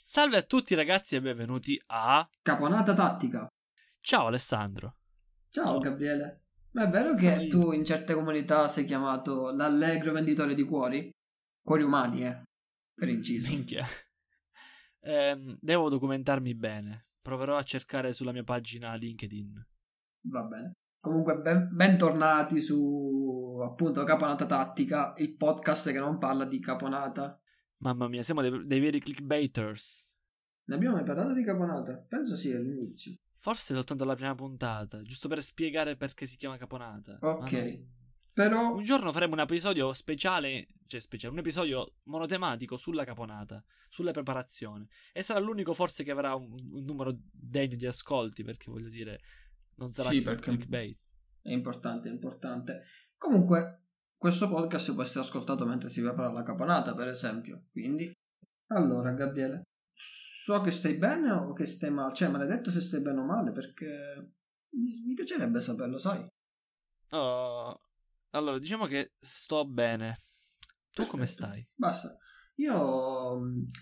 Salve a tutti ragazzi e benvenuti a Caponata tattica. Ciao Alessandro. Ciao Oh, Gabriele. Ma è vero sono che io. tu in certe comunità sei chiamato l'allegro venditore di cuori? Cuori umani, per inciso. Minchia. Devo documentarmi bene. Proverò a cercare sulla mia pagina LinkedIn. Va bene. Comunque, bentornati su appunto Caponata tattica, il podcast che non parla di caponata. Mamma mia, siamo dei veri clickbaiters. Ne abbiamo mai parlato di caponata? Penso sì, all'inizio. Forse soltanto la prima puntata, giusto per spiegare perché si chiama caponata. Ma Ok. non... Però Un giorno faremo un episodio speciale, un episodio monotematico sulla caponata, sulle preparazioni. E sarà l'unico forse che avrà un numero degno di ascolti, perché voglio dire, non sarà sì, perché clickbait. è importante, è importante. Comunque, questo podcast può essere ascoltato mentre si prepara la caponata, per esempio. Quindi, allora, Gabriele, so che stai bene o che stai male. Cioè, me l'hai detto se stai bene o male, perché mi piacerebbe saperlo, sai? Oh, allora, diciamo che sto bene. Tu come Perfetto, stai? basta. Io...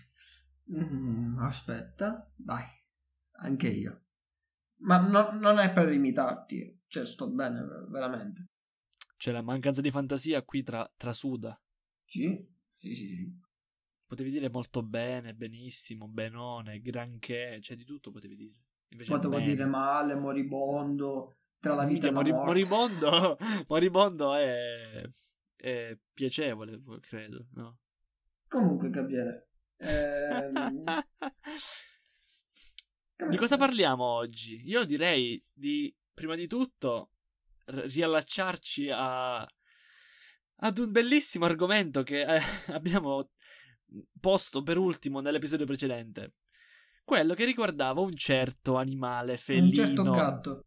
aspetta, dai, anche io. Ma non è per imitarti, cioè sto bene, veramente. C'è la mancanza di fantasia qui trasuda. Sì, sì, sì, sì. Potevi dire molto bene, benissimo, benone, granché, cioè di tutto potevi dire. Invece Potevo dire bene. male, moribondo, tra la vita e Mica la morte. moribondo, moribondo è piacevole, credo, no? Comunque, Gabriele, come Di cosa stai? parliamo oggi? Io direi di, prima di tutto, riallacciarci ad un bellissimo argomento che abbiamo posto per ultimo nell'episodio precedente. Quello che riguardava un certo animale Un certo felino. gatto.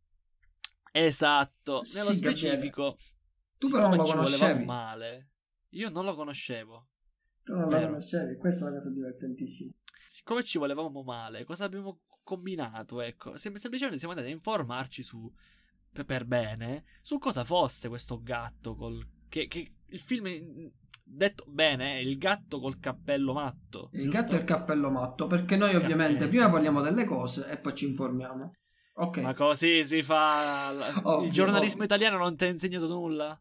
Esatto, nello Sì, Gabriele. specifico, Tu però non siccome lo ci volevamo conoscevi. male, io non lo conoscevo, Tu non lo vero? conoscevi, questa è una cosa divertentissima. Siccome ci volevamo male, cosa abbiamo combinato? Ecco, semplicemente siamo andati a informarci per bene su cosa fosse questo gatto che il film detto bene è il gatto col cappello matto, Il gatto e il giusto? cappello matto, perché noi ovviamente Il prima cappello parliamo matto. delle cose e poi ci informiamo. Ma Ok, così si fa. Il ovvio, giornalismo ovvio. italiano non ti ha insegnato nulla?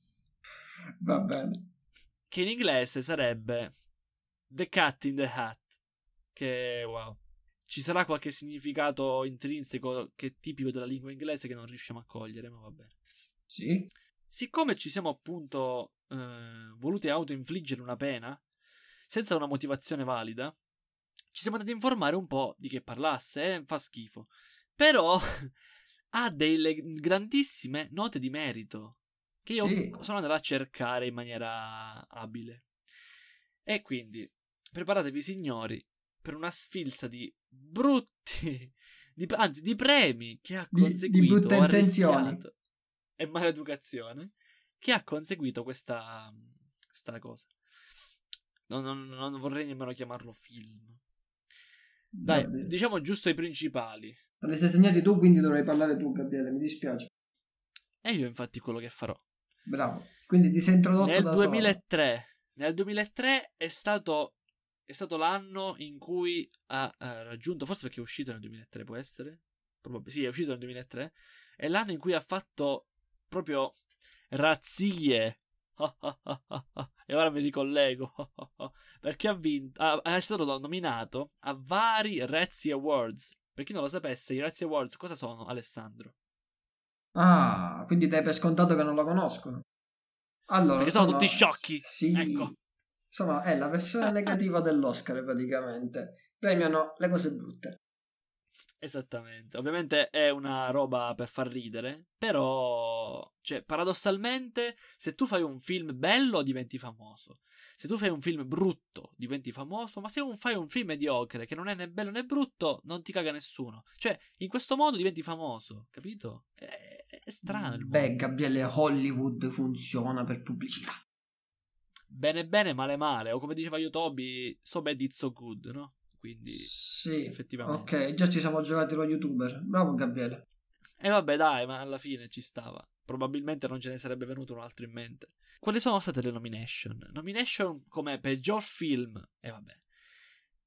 Va bene. Che in inglese sarebbe The Cat in the Hat. Che wow. Ci sarà qualche significato intrinseco che è tipico della lingua inglese che non riusciamo a cogliere, ma va bene. Sì, Siccome ci siamo appunto voluti autoinfliggere una pena, senza una motivazione valida, ci siamo andati a informare un po' di che parlasse, fa schifo. Però ha delle grandissime note di merito, che io sì. sono andato a cercare in maniera abile. E quindi, preparatevi signori per una sfilza di brutti, anzi di premi che ha Di conseguito brutte o ha intenzioni. rischiato e maleducazione che ha conseguito questa cosa. Non vorrei nemmeno chiamarlo film. Va Dai, bene. diciamo giusto i principali. Me li sei segnati tu, quindi dovrai parlare tu, Gabriele. Mi dispiace. E io infatti quello che farò. Bravo. Quindi ti sei introdotto Nel da solo. 2003, nel 2003 è stato l'anno in cui ha raggiunto, forse perché è uscito nel 2003, può essere? Sì, è uscito nel 2003. È l'anno in cui ha fatto proprio razzie. E ora mi ricollego. Perché ha vinto, è stato nominato a vari Razzie Awards. Per chi non lo sapesse, i Razzie Awards cosa sono, Alessandro? Ah, quindi dai per scontato che non lo conoscono. Allora, Perché sono tutti sciocchi. sì, Ecco. insomma, è la versione negativa dell'Oscar praticamente. Premiano le cose brutte. Esattamente. Ovviamente è una roba per far ridere, però, cioè, paradossalmente, se tu fai un film bello diventi famoso. Se tu fai un film brutto diventi famoso, ma se fai un film mediocre che non è né bello né brutto, non ti caga nessuno. Cioè, in questo modo diventi famoso, capito? È strano il Beh, mondo. Gabriele, Hollywood funziona per pubblicità. Bene bene, male male, o come diceva Yotobi, so bad it's so good, no? Quindi, Sì, effettivamente. ok, già ci siamo giocati lo YouTuber. Bravo, Gabriele. E vabbè, dai, ma alla fine ci stava. Probabilmente non ce ne sarebbe venuto un altro in mente. Quali sono state le nomination? Nomination come peggior film. E vabbè.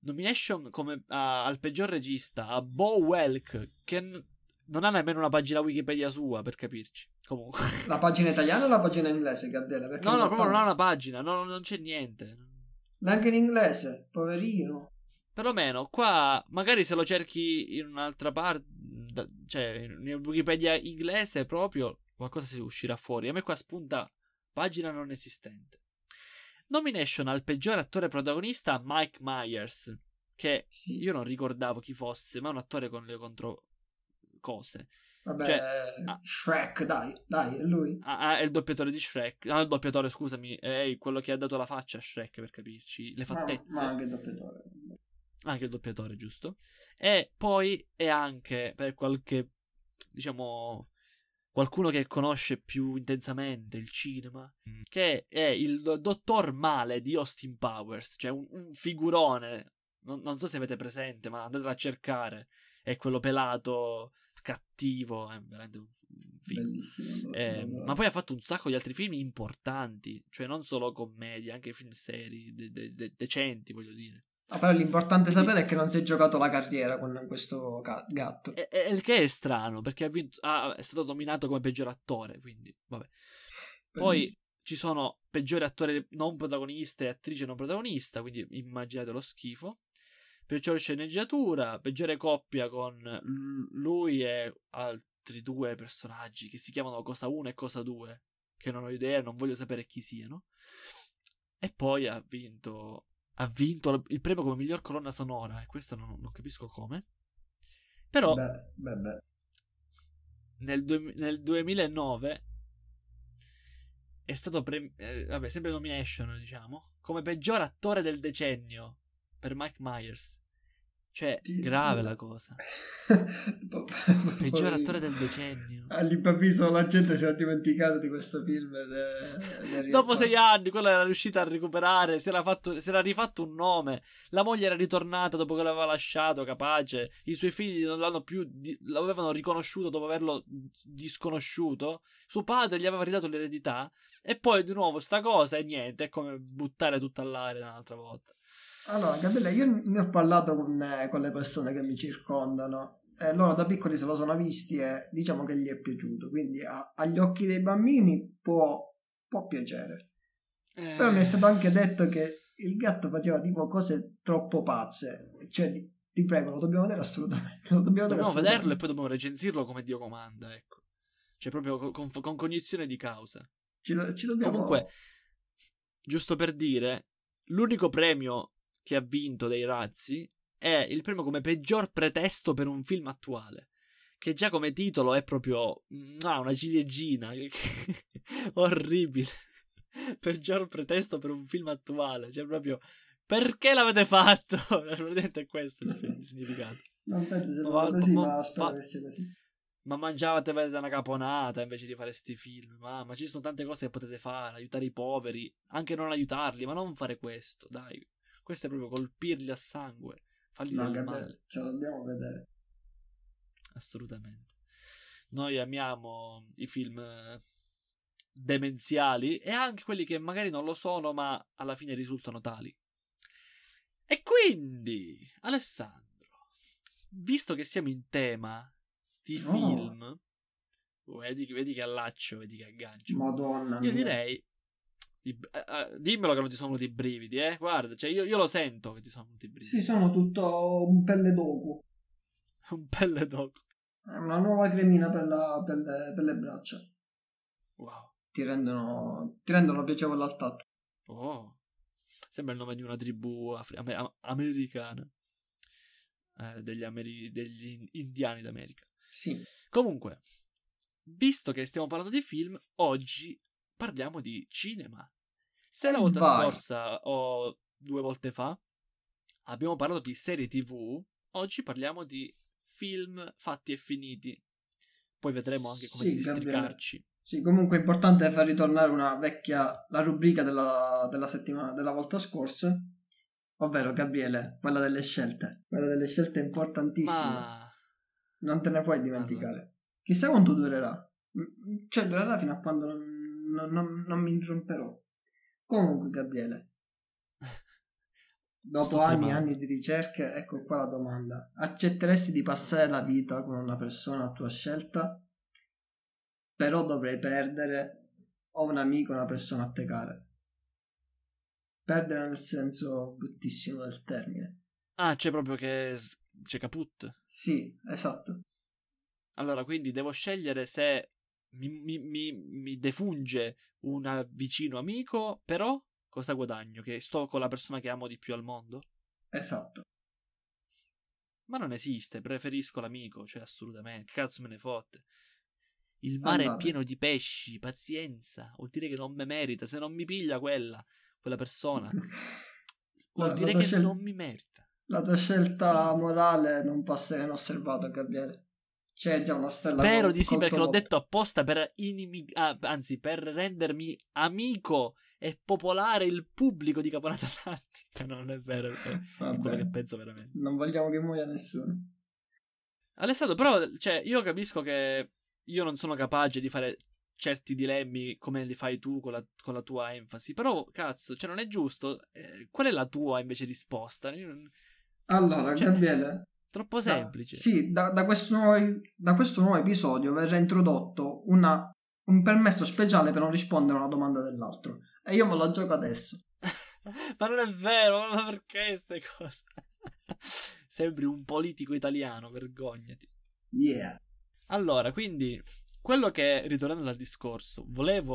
nomination come al peggior regista a Bo Welk, che non ha nemmeno una pagina Wikipedia sua, per capirci. Comunque. La pagina italiana o la pagina inglese, Gabriele? Perché No, proprio non ha una pagina, non c'è niente. Neanche in inglese, poverino. Perlomeno, qua, magari se lo cerchi in un'altra parte, cioè in Wikipedia inglese proprio, qualcosa si uscirà fuori. A me qua spunta pagina non esistente. Nomination al peggior attore protagonista Mike Myers, che Sì. io non ricordavo chi fosse, ma è un attore con le contro cose. Vabbè, Cioè, Shrek, dai, è lui. È il doppiatore di Shrek. No, il doppiatore, scusami, è quello che ha dato la faccia a Shrek, per capirci, le fattezze. Ma anche il doppiatore. Anche il doppiatore, giusto. E poi è anche per qualche, diciamo, qualcuno che conosce più intensamente il cinema, che è il dottor Male di Austin Powers, cioè un figurone. Non so se avete presente, ma andatelo a cercare. È quello pelato, cattivo, è veramente un film. Bellissimo. Ma poi ha fatto un sacco di altri film importanti, cioè non solo commedie, anche film seri, decenti, voglio dire. Però l'importante sapere è che non si è giocato la carriera con questo gatto. Il che è strano, perché è stato nominato come peggior attore, quindi vabbè. Poi ci sono peggiori attore non protagonista e attrice non protagonista, quindi immaginate lo schifo. Peggiore sceneggiatura, peggiore coppia con lui e altri due personaggi che si chiamano Cosa 1 e Cosa 2, che non ho idea, non voglio sapere chi siano. E poi ha vinto il premio come miglior colonna sonora, e questo non capisco come. Però nel 2009 è stato sempre nomination, diciamo, come peggior attore del decennio per Mike Myers. Cioè, grave la cosa. Peggior attore del decennio. All'improvviso la gente si era dimenticata di questo film. Dopo 6 anni, quello era riuscito a recuperare. Si era rifatto un nome. La moglie era ritornata dopo che l'aveva lasciato, capace. I suoi figli non l'hanno più. L'avevano riconosciuto dopo averlo disconosciuto. Suo padre gli aveva ridato l'eredità. E poi di nuovo sta cosa e niente. È come buttare tutto all'aria un'altra volta. Allora, Gabriele, io ne ho parlato con le persone che mi circondano e loro da piccoli se lo sono visti e diciamo che gli è piaciuto, quindi agli occhi dei bambini può piacere. Però mi è stato anche detto che il gatto faceva tipo cose troppo pazze, cioè ti prego, lo dobbiamo vedere assolutamente. Dobbiamo vederlo e poi dobbiamo recensirlo come Dio comanda, ecco. Cioè proprio con cognizione di causa. Ci dobbiamo... Comunque, giusto per dire, l'unico premio che ha vinto dei Razzi è il premio come peggior pretesto per un film attuale, che già come titolo è proprio una ciliegina orribile. Peggior pretesto per un film attuale, cioè proprio perché l'avete fatto? Evidentemente è questo il significato. Non penso sia così, ma spero che sia così. Ma mangiavate una caponata invece di fare sti film. Ma ci sono tante cose che potete fare, aiutare i poveri, anche non aiutarli, ma non fare questo, dai. Questo è proprio colpirli a sangue, fargli del male. Ce lo dobbiamo vedere. Assolutamente. Noi amiamo i film demenziali e anche quelli che magari non lo sono, ma alla fine risultano tali. E quindi, Alessandro, visto che siamo in tema di film, vedi che allaccio, vedi che aggancio. Madonna io direi... dimmelo che non ti sono venuti i brividi, guarda, cioè io lo sento che ti sono venuti i brividi. Sì, sono tutto un pelle d'oco. Un pelle d'oco. È una nuova cremina per le braccia. Wow. Ti rendono piacevole al tatto. Oh, sembra il nome di una tribù americana, degli indiani d'America. Sì. Comunque, visto che stiamo parlando di film, oggi parliamo di cinema. Se la volta scorsa o 2 volte fa abbiamo parlato di serie TV, oggi parliamo di film fatti e finiti. Poi vedremo anche come districarci. Sì, comunque è importante far ritornare la rubrica della settimana, della volta scorsa, ovvero Gabriele, quella delle scelte. Quella delle scelte è importantissima. Non te ne puoi dimenticare. Allora. Chissà quanto durerà. Cioè durerà fino a quando non mi interromperò. Comunque, Gabriele, Dopo Sto anni e tremando. anni di ricerche, ecco qua la domanda. Accetteresti di passare la vita con una persona a tua scelta? Però dovrei perdere o un amico o una persona a te cara. Perdere nel senso bruttissimo del termine. Ah, c'è proprio che c'è caput. Sì, esatto. Allora, quindi devo scegliere se mi defunge un vicino amico, però cosa guadagno? Che sto con la persona che amo di più al mondo? Esatto. Ma non esiste, preferisco l'amico, cioè assolutamente. Che cazzo me ne fotte? Il mare è Allora, pieno di pesci, pazienza. Vuol dire che non me merita. Se non mi piglia quella persona, vuol la dire tua che non mi merita. la tua scelta Fine. morale non passa inosservata, Gabriele. C'è già una stella Spero di sì, col perché tuo l'ho volto. detto apposta per anzi, per rendermi amico e popolare il pubblico di Caponata Atlantica. No, non è vero, Va è quello che bene. penso veramente. Non vogliamo che muoia nessuno. Alessandro, però, cioè, io capisco che io non sono capace di fare certi dilemmi come li fai tu con la tua enfasi, però, cazzo, cioè, non è giusto. Qual è la tua, invece, risposta? Allora, Cioè, Gabriele, troppo semplice. sì, da questo nuovo episodio verrà introdotto un permesso speciale per non rispondere a una domanda dell'altro. E io me lo gioco adesso. Ma non è vero, ma perché queste cose? Sembri un politico italiano, vergognati. Yeah. Allora, quindi, quello che, ritornando al discorso,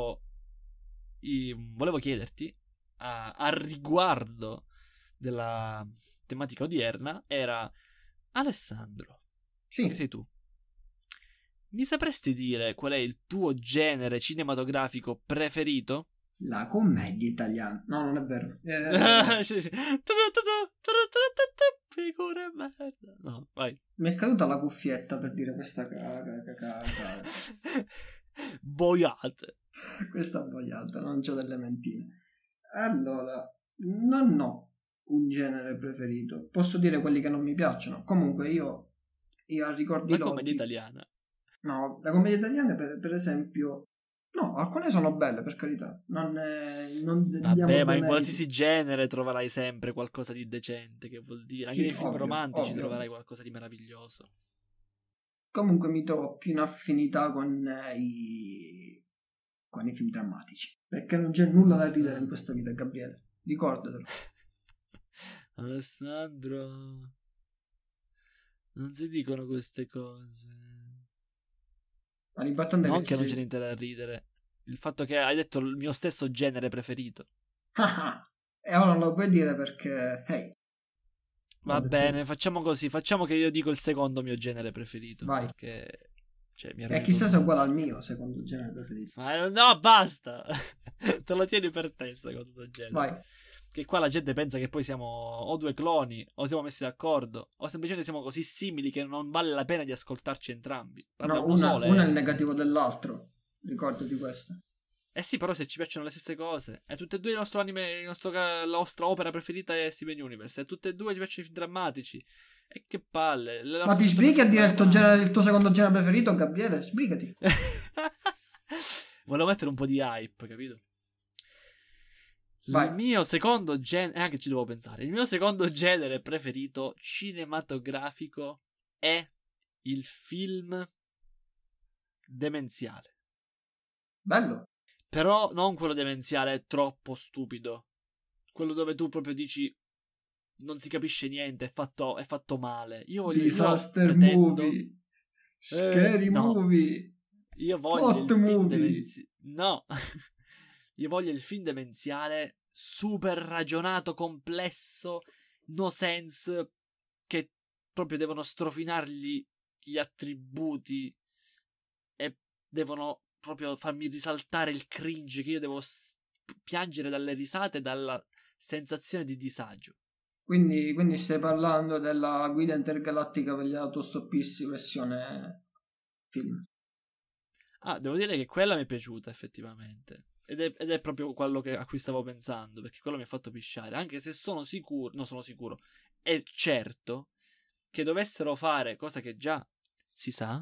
volevo chiederti a riguardo della tematica odierna era: Alessandro, che Sì, sei tu, mi sapresti dire qual è il tuo genere cinematografico preferito? la commedia italiana. No, non è vero. Figure merda. No, vai. Mi è caduta la cuffietta per dire questa Boiate. questa boiata, non c'ho delle mentine. Allora, non ho un genere preferito. Posso dire quelli che non mi piacciono. Comunque io a ricordi La commedia logici. italiana. No, le commedie italiane per esempio. No, alcune sono belle per carità. Non diamo Vabbè, ma in demeriti. qualsiasi genere troverai sempre qualcosa di decente, che vuol dire. Anche Sì, nei film ovvio, romantici ovvio, troverai ovvio. qualcosa di meraviglioso. Comunque mi trovo più in affinità con i film drammatici. Perché non c'è nulla da ridere in Alessandro. questa vita, Gabriele. Ricordatelo. Alessandro. Non si dicono queste cose. Ma l'importante è che Non ci che non ce sei. n'è da ridere. Il fatto che hai detto il mio stesso genere preferito. E ora non lo puoi dire perché, hey, l'ho Va detto io. bene, facciamo così. Facciamo che io dico il secondo mio genere preferito. Vai. Perché, cioè, mi ha E rovinto chissà se è tutto. uguale al mio, secondo genere preferito. Ma no, basta! Te lo tieni per te, secondo tuo genere. Vai. Che qua la gente pensa che poi siamo o due cloni, o siamo messi d'accordo, o semplicemente siamo così simili che non vale la pena di ascoltarci entrambi. Parla No, uno solo una è il e... negativo dell'altro. Ricordati questo. Eh sì, però se ci piacciono le stesse cose, e tutte e due il nostro anime, la nostra opera preferita è Steven Universe, e tutte e due ci piacciono i film drammatici. E che palle, il Ma nostro ti piatto sbrighi a preferito è dire la comata. il tuo secondo genere preferito, Gabriele? Sbrigati. Volevo mettere un po' di hype, capito? Il Vai. mio secondo genere, anche ci devo pensare, il mio secondo genere preferito cinematografico è il film demenziale. Bello. Però non quello demenziale troppo stupido. Quello dove tu proprio dici non si capisce niente, è fatto male. Io Disaster pretendo... movie. Scary No, movie. io voglio il Plot film movie. demenziale... No, io voglio il film demenziale super ragionato, complesso, no sense, che proprio devono strofinargli gli attributi e devono proprio farmi risaltare il cringe che io devo piangere dalle risate e dalla sensazione di disagio. Quindi stai parlando della guida intergalattica per gli autostoppisti versione film. Ah, devo dire che quella mi è piaciuta effettivamente. Ed è proprio quello a cui stavo pensando, perché quello mi ha fatto pisciare. Anche se sono sicuro, no, sono sicuro, è certo che dovessero fare, cosa che già si sa,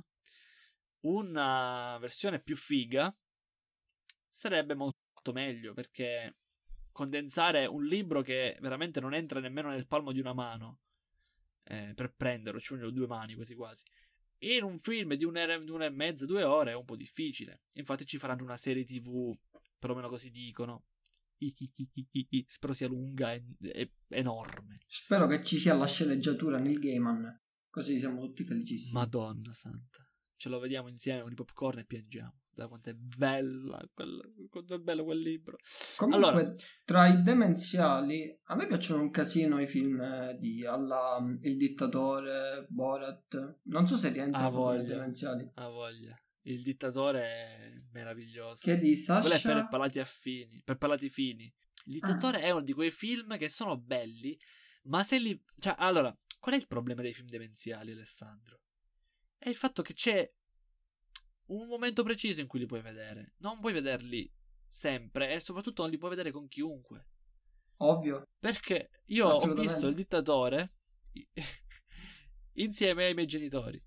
una versione più figa, sarebbe molto meglio, perché condensare un libro che veramente non entra nemmeno nel palmo di una mano per prenderlo, ci vogliono 2 mani quasi quasi. In un film di 1 ora e mezza, 2 ore è un po' difficile. Infatti ci faranno una serie TV, perlomeno così dicono. Spero sia lunga e enorme. Spero che ci sia la sceneggiatura nel Gaiman, così siamo tutti felicissimi. Madonna santa. Ce lo vediamo insieme con i popcorn e piangiamo. Da quanto è bella quanto è bello quel libro. Comunque, Allora, tra i demenziali, a me piacciono un casino i film alla Il dittatore, Borat. Non so se rientrano proprio nei demenziali. ha voglia. Il dittatore è meraviglioso. Che è di Quello è Sasha... per palati fini. Il dittatore è uno di quei film che sono belli, ma se li... Cioè, allora, qual è il problema dei film demenziali, Alessandro? È il fatto che c'è un momento preciso in cui li puoi vedere. Non puoi vederli sempre e soprattutto non li puoi vedere con chiunque. Ovvio. Perché io ho visto il dittatore insieme ai miei genitori.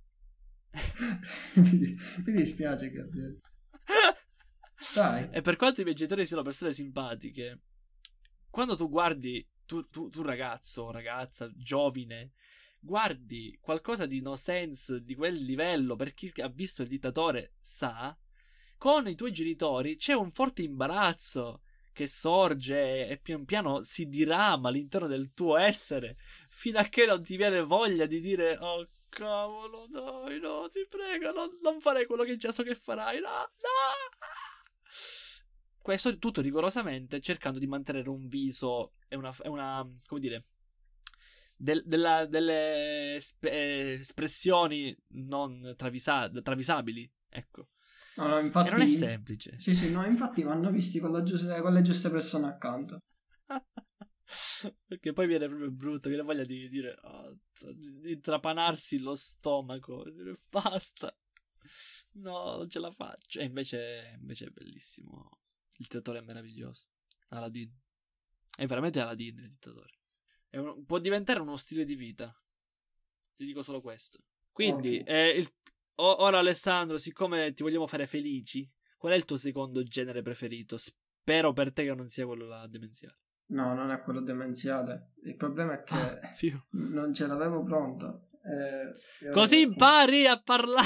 Mi dispiace, Gabriele. Dai. E per quanto i miei genitori siano persone simpatiche, quando tu guardi, tu ragazzo, ragazza, giovine, guardi qualcosa di no sense di quel livello, per chi ha visto il dittatore sa, con i tuoi genitori c'è un forte imbarazzo che sorge e pian piano si dirama all'interno del tuo essere, fino a che non ti viene voglia di dire oh cavolo dai no ti prego non fare quello che già so che farai, no. Questo tutto rigorosamente cercando di mantenere un viso e una come dire delle espressioni non travisabili, ecco. No, infatti, e non è semplice. Sì, no, infatti vanno visti con le giuste persone accanto. Perché poi viene proprio brutto, viene voglia di dire di trapanarsi lo stomaco, di dire basta, no, non ce la faccio. E invece è bellissimo. Il dittatore è meraviglioso. Aladdin è veramente Aladdin il dittatore. Può diventare uno stile di vita, ti dico solo questo. Quindi ora Alessandro, siccome ti vogliamo fare felici, qual è il tuo secondo genere preferito? Spero per te che non sia quello là demenziale. No, non è quello demenziale. Il problema è che non ce l'avevo pronto. Così impari a parlare.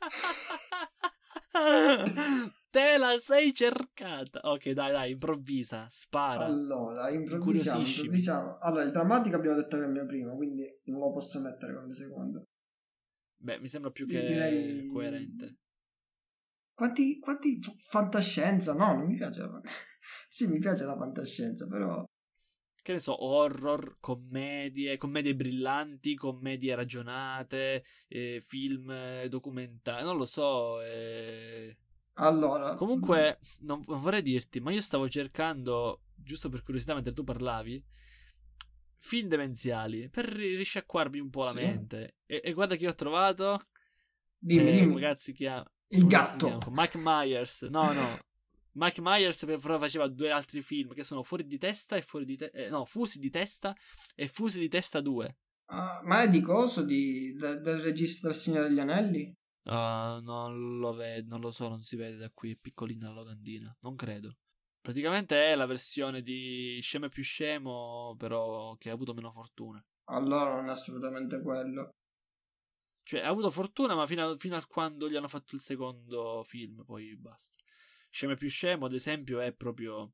Te la sei cercata. Ok, dai, improvvisa, spara. Allora, improvvisiamo. Allora, il drammatico abbiamo detto che è il mio primo, quindi non lo posso mettere come secondo. Beh, mi sembra più che coerente. Quanti fantascienza? No, non mi piace sì, mi piace la fantascienza, però... Che ne so, horror, commedie brillanti, commedie ragionate, film documentari, non lo so. Allora... Comunque, non vorrei dirti, ma io stavo cercando, giusto per curiosità mentre tu parlavi, film demenziali, per risciacquarmi un po' la mente. E guarda che ho trovato. Dimmi. Ragazzi, il gatto. Mike Myers. No. Mike Myers però faceva 2 altri film che sono Fuori di testa e Fusi di testa e Fusi di testa 2. Ma è di coso? Del regista del Signore degli Anelli? Non lo vedo, non lo so, non si vede da qui, è piccolina la locandina, non credo. Praticamente è la versione di Scemo e più scemo, però che ha avuto meno fortuna. Allora non è assolutamente quello. Cioè ha avuto fortuna, ma fino a quando gli hanno fatto il secondo film, poi basta. Scemo e più scemo, ad esempio, è proprio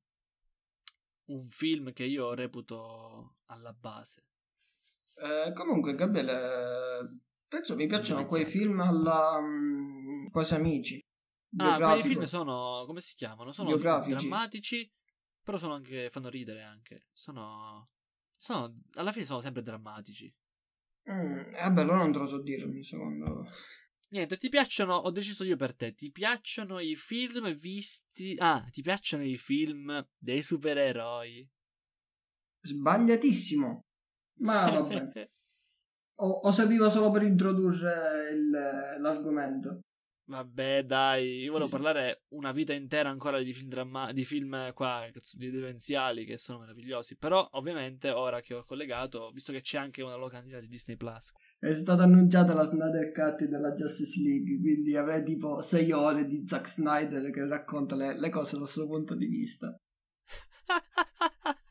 un film che io reputo alla base. Comunque, Gabriele, penso mi piacciono quei film alla Quasi Amici. Quei film sono, come si chiamano? Sono drammatici, però sono anche, fanno ridere anche. Sono alla fine sono sempre drammatici. Vabbè, allora non te lo so dire un secondo. Niente, ti piacciono, ho deciso io per te, ti piacciono i film visti... ti piacciono i film dei supereroi? Sbagliatissimo. Ma vabbè. O serviva solo per introdurre l'argomento? Vabbè, dai, io volevo parlare una vita intera ancora di film qua, di demenziali che sono meravigliosi. Però, ovviamente, ora che ho collegato, visto che c'è anche una locandina di Disney Plus. È stata annunciata la Snyder Cut della Justice League, quindi avrei tipo 6 ore di Zack Snyder che racconta le cose dal suo punto di vista.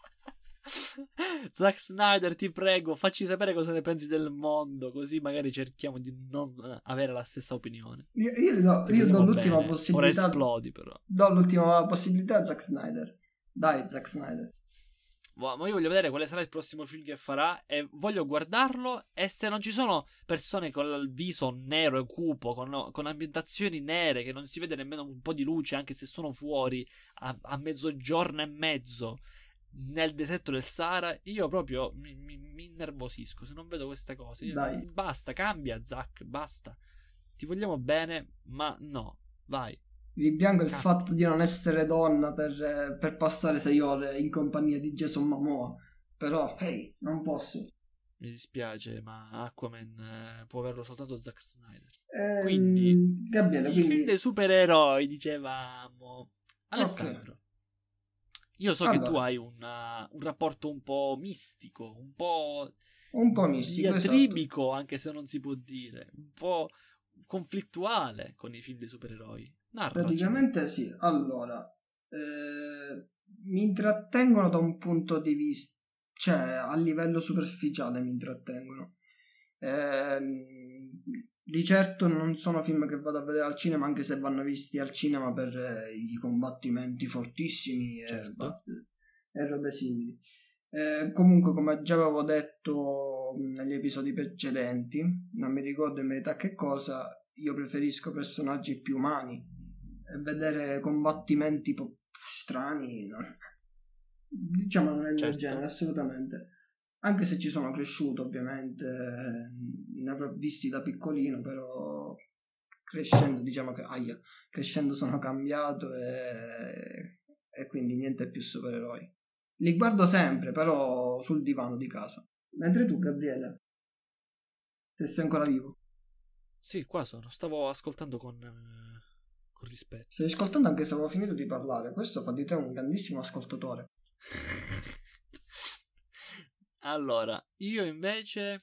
Zack Snyder, ti prego, facci sapere cosa ne pensi del mondo, così magari cerchiamo di non avere la stessa opinione. Io do l'ultima bene. possibilità. Ora esplodi, però. Do l'ultima possibilità a Zack Snyder. Dai, Zack Snyder. Ma io voglio vedere quale sarà il prossimo film che farà e voglio guardarlo, e se non ci sono persone con il viso nero e cupo, con ambientazioni nere, che non si vede nemmeno un po' di luce anche se sono fuori a mezzogiorno e mezzo nel deserto del Sahara, io proprio mi innervosisco se non vedo queste cose. Dai. Basta, cambia Zack, basta. Ti vogliamo bene, ma no, vai. Rimpiango il fatto di non essere donna per passare 6 ore in compagnia di Jason Momoa, però, hey, non posso. Mi dispiace, ma Aquaman può averlo soltanto Zack Snyder. Quindi, Gabriele, i film dei supereroi, dicevamo. Alessandro, okay. io so che tu hai un rapporto un po' mistico, un po' mistico, diatribico, esatto. anche se non si può dire, un po' conflittuale con i film dei supereroi. Praticamente sì. Allora, mi intrattengono da un punto di vista, cioè a livello superficiale mi intrattengono. Di certo non sono film che vado a vedere al cinema, anche se vanno visti al cinema per i combattimenti fortissimi e robe simili. Comunque, come già avevo detto negli episodi precedenti, non mi ricordo in verità che cosa, io preferisco personaggi più umani, e vedere combattimenti un po' strani diciamo non è il mio genere, assolutamente. Anche se ci sono cresciuto, ovviamente, ne avrò visti da piccolino, però crescendo, diciamo che crescendo sono cambiato e quindi niente più supereroi. Li guardo sempre, però sul divano di casa. Mentre tu, Gabriele, se sei ancora vivo. Sì, qua sono. Stavo ascoltando con rispetto. Stai ascoltando anche se avevo finito di parlare. Questo fa di te un grandissimo ascoltatore. Allora, io invece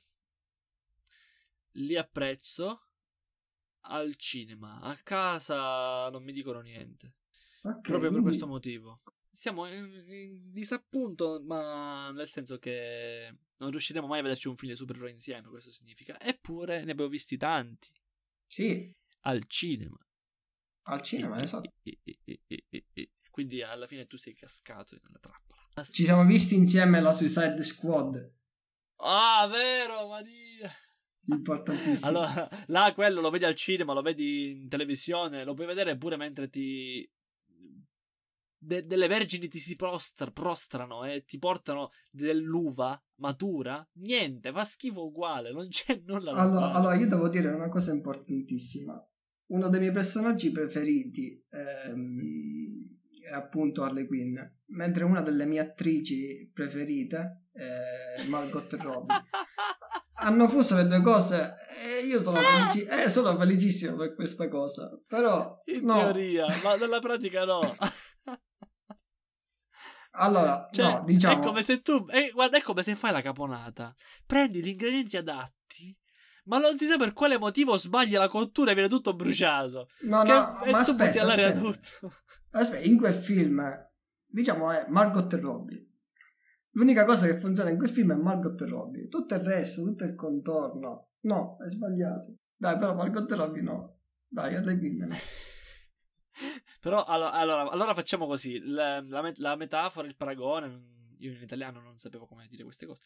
li apprezzo al cinema. A casa non mi dicono niente. Okay, proprio per questo motivo. Siamo in disappunto, ma nel senso che non riusciremo mai a vederci un film di supereroi insieme, questo significa. Eppure ne abbiamo visti tanti. Sì. Al cinema. Al cinema, esatto. Quindi alla fine tu sei cascato nella trappola. Ci siamo visti insieme la Suicide Squad. Ah, vero, Maria. Importantissimo. Allora, là quello lo vedi al cinema, lo vedi in televisione, lo puoi vedere pure mentre ti... delle vergini ti si prostrano e ti portano dell'uva matura. Niente, fa schifo uguale, non c'è nulla da fare. Allora, io devo dire una cosa importantissima. Uno dei miei personaggi preferiti è appunto Harley Quinn, mentre una delle mie attrici preferite è Margot Robbie. Hanno fuso le due cose e io sono felicissimo per questa cosa. Però in teoria, ma nella pratica no. Allora, cioè, no, diciamo... È come se tu... guarda, è come se fai la caponata. Prendi gli ingredienti adatti, ma non si sa per quale motivo sbagli la cottura e viene tutto bruciato. No, ma tu butti all'aria tutto. Aspetta, in quel film, diciamo, è Margot Robbie. L'unica cosa che funziona in quel film è Margot Robbie. Tutto il resto, tutto il contorno, no, è sbagliato. Dai, però Margot Robbie no. Dai, Harley Quinn no. Però allora facciamo così. La metafora, il paragone. Io in italiano non sapevo come dire queste cose.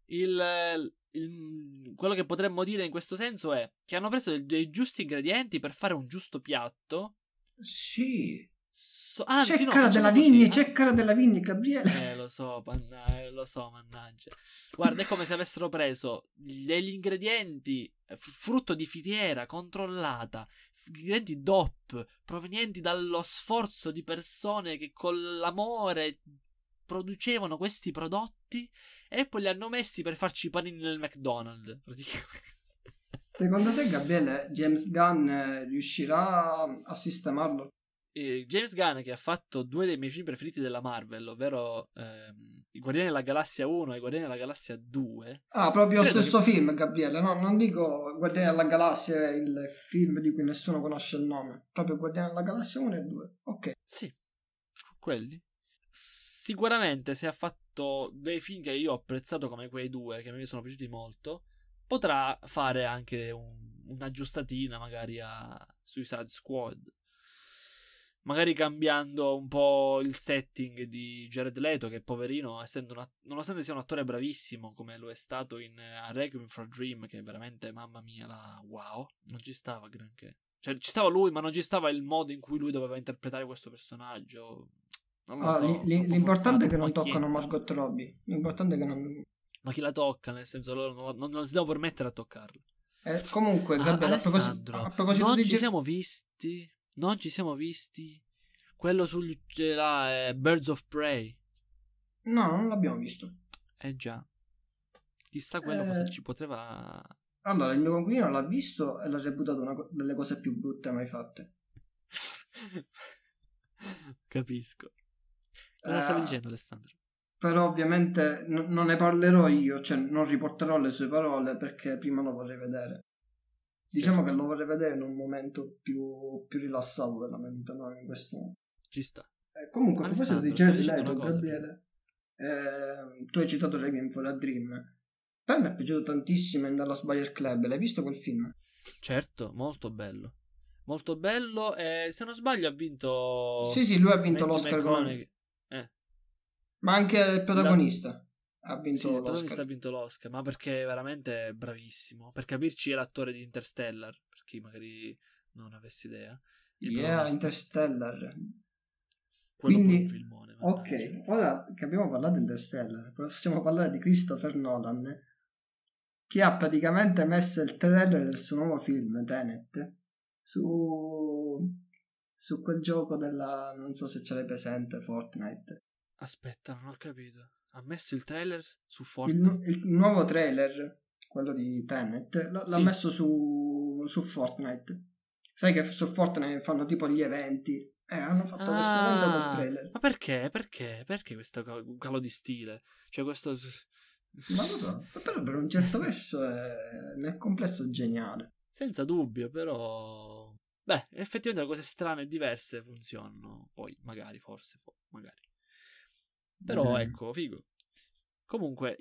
Quello che potremmo dire in questo senso è che hanno preso dei giusti ingredienti per fare un giusto piatto. Sì. Anzi, c'è cara della Vigna, Gabriele. Lo so, mannaggia. Guarda, è come se avessero preso degli ingredienti frutto di filiera controllata, ingredienti DOP provenienti dallo sforzo di persone che con l'amore producevano questi prodotti e poi li hanno messi per farci i panini nel McDonald's, praticamente. Secondo te, Gabriele, James Gunn riuscirà a sistemarlo? James Gunn, che ha fatto due dei miei film preferiti della Marvel, ovvero I Guardiani della Galassia 1 e I Guardiani della Galassia 2. Ah, proprio lo stesso film, Gabriele, no? Non dico Guardiani della Galassia, il film di cui nessuno conosce il nome. Proprio Guardiani della Galassia 1 e 2. Ok. Sì, quelli. sicuramente se ha fatto dei film che io ho apprezzato come quei due, che mi sono piaciuti molto, potrà fare anche un'aggiustatina magari a Suicide Squad. Magari cambiando un po' il setting di Jared Leto, che poverino, nonostante sia un attore bravissimo, come lo è stato in A Requiem for a Dream, che veramente, mamma mia, wow, non ci stava granché. Cioè, ci stava lui, ma non ci stava il modo in cui lui doveva interpretare questo personaggio. Non lo so, troppo l'importante forzato, è che non macchietta. toccano Margot Robbie. L'importante è che non... Ma chi la tocca? Nel senso, loro non si devono permettere a toccarla. Comunque, Gabriele, Alessandro, a proposito non di... ci siamo visti? Non ci siamo visti? Quello sul Birds of Prey. No, non l'abbiamo visto. Già. Chissà quello cosa ci poteva... Allora, il mio coinquilino l'ha visto e l'ha reputato una delle cose più brutte mai fatte. Capisco. Cosa stavi dicendo, Alessandro? Però ovviamente non ne parlerò io, cioè non riporterò le sue parole perché prima lo vorrei vedere. Diciamo certo. che lo vorrei vedere in un momento più rilassato della mia vita, no? In questo... Ci sta. Comunque, a proposito di Jared Leto, Gabriele, tu hai citato Requiem for a Dream. Per me è piaciuto tantissimo in Dallas Buyer Club. L'hai visto quel film? Certo, molto bello. Molto bello. E se non sbaglio ha vinto... Sì, lui ha vinto Matthew l'Oscar McConaughey. Ma anche il protagonista ha vinto il l'Oscar. protagonista ha vinto l'Oscar, ma perché è veramente bravissimo. Per capirci è l'attore di Interstellar, per chi magari non avesse idea. Interstellar. Quello Quindi, pure un filmone. ok, ora che abbiamo parlato di Interstellar, possiamo parlare di Christopher Nolan, che ha praticamente messo il trailer del suo nuovo film, Tenet, su quel gioco della... non so se ce l'hai presente, Fortnite. Aspetta, non ho capito. Ha messo il trailer su Fortnite? Il nuovo trailer, quello di Tenet, l'ha messo su Fortnite. Sai che su Fortnite fanno tipo gli eventi. Hanno fatto questo evento col trailer. Ma perché? Perché questo calo di stile? Cioè questo... Ma lo so, però per un certo verso nel complesso è geniale. Senza dubbio, però... Beh, effettivamente le cose strane e diverse funzionano. Poi, magari, forse, magari. Però, ecco, figo. Comunque,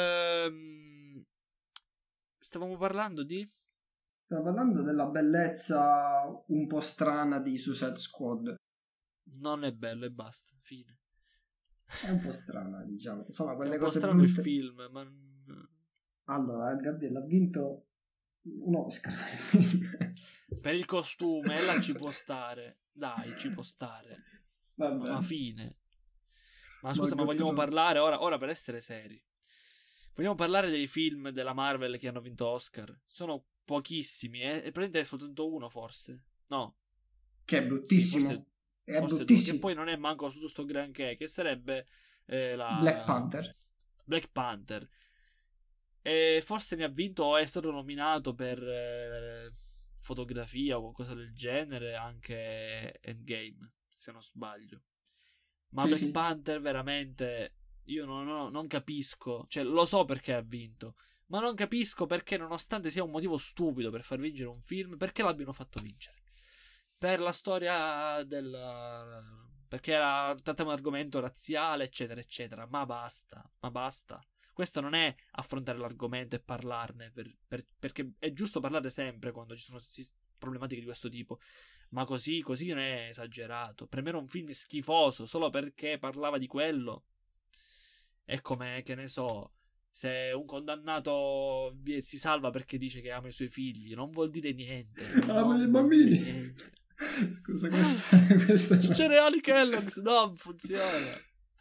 stavamo parlando di... Stiamo parlando della bellezza un po' strana di Suicide Squad. Non è bello e basta, fine. È un po' strana, diciamo. Insomma, quelle è un cose po' strano brutte. il film, ma... Allora, Gabriele ha vinto un Oscar. Per il costume, là ci può stare. Dai, ci può stare. Vabbè. Ma fine. Ma scusa, ma vogliamo parlare ora per essere seri? Vogliamo parlare dei film della Marvel che hanno vinto Oscar? Sono pochissimi, e praticamente è soltanto uno, forse. No. Che è bruttissimo. Sì, è forse bruttissimo. Che poi non è manco tutto sto granché, che sarebbe la... Black Panther. E forse ne ha vinto o è stato nominato per fotografia o qualcosa del genere anche Endgame, se non sbaglio. Ma Black Panther veramente io non capisco, cioè lo so perché ha vinto, ma non capisco perché, nonostante sia un motivo stupido per far vincere un film, perché l'abbiano fatto vincere. Per la storia perché trattava un argomento razziale, eccetera, eccetera. Ma basta. Questo non è affrontare l'argomento e parlarne, perché è giusto parlare sempre quando ci sono problematiche di questo tipo. Ma così non è esagerato. Per me era un film schifoso solo perché parlava di quello. È come, che ne so, se un condannato si salva perché dice che ama i suoi figli, non vuol dire niente. Ama i bambini. Scusa, questa cereali Kellogg's, no, funziona.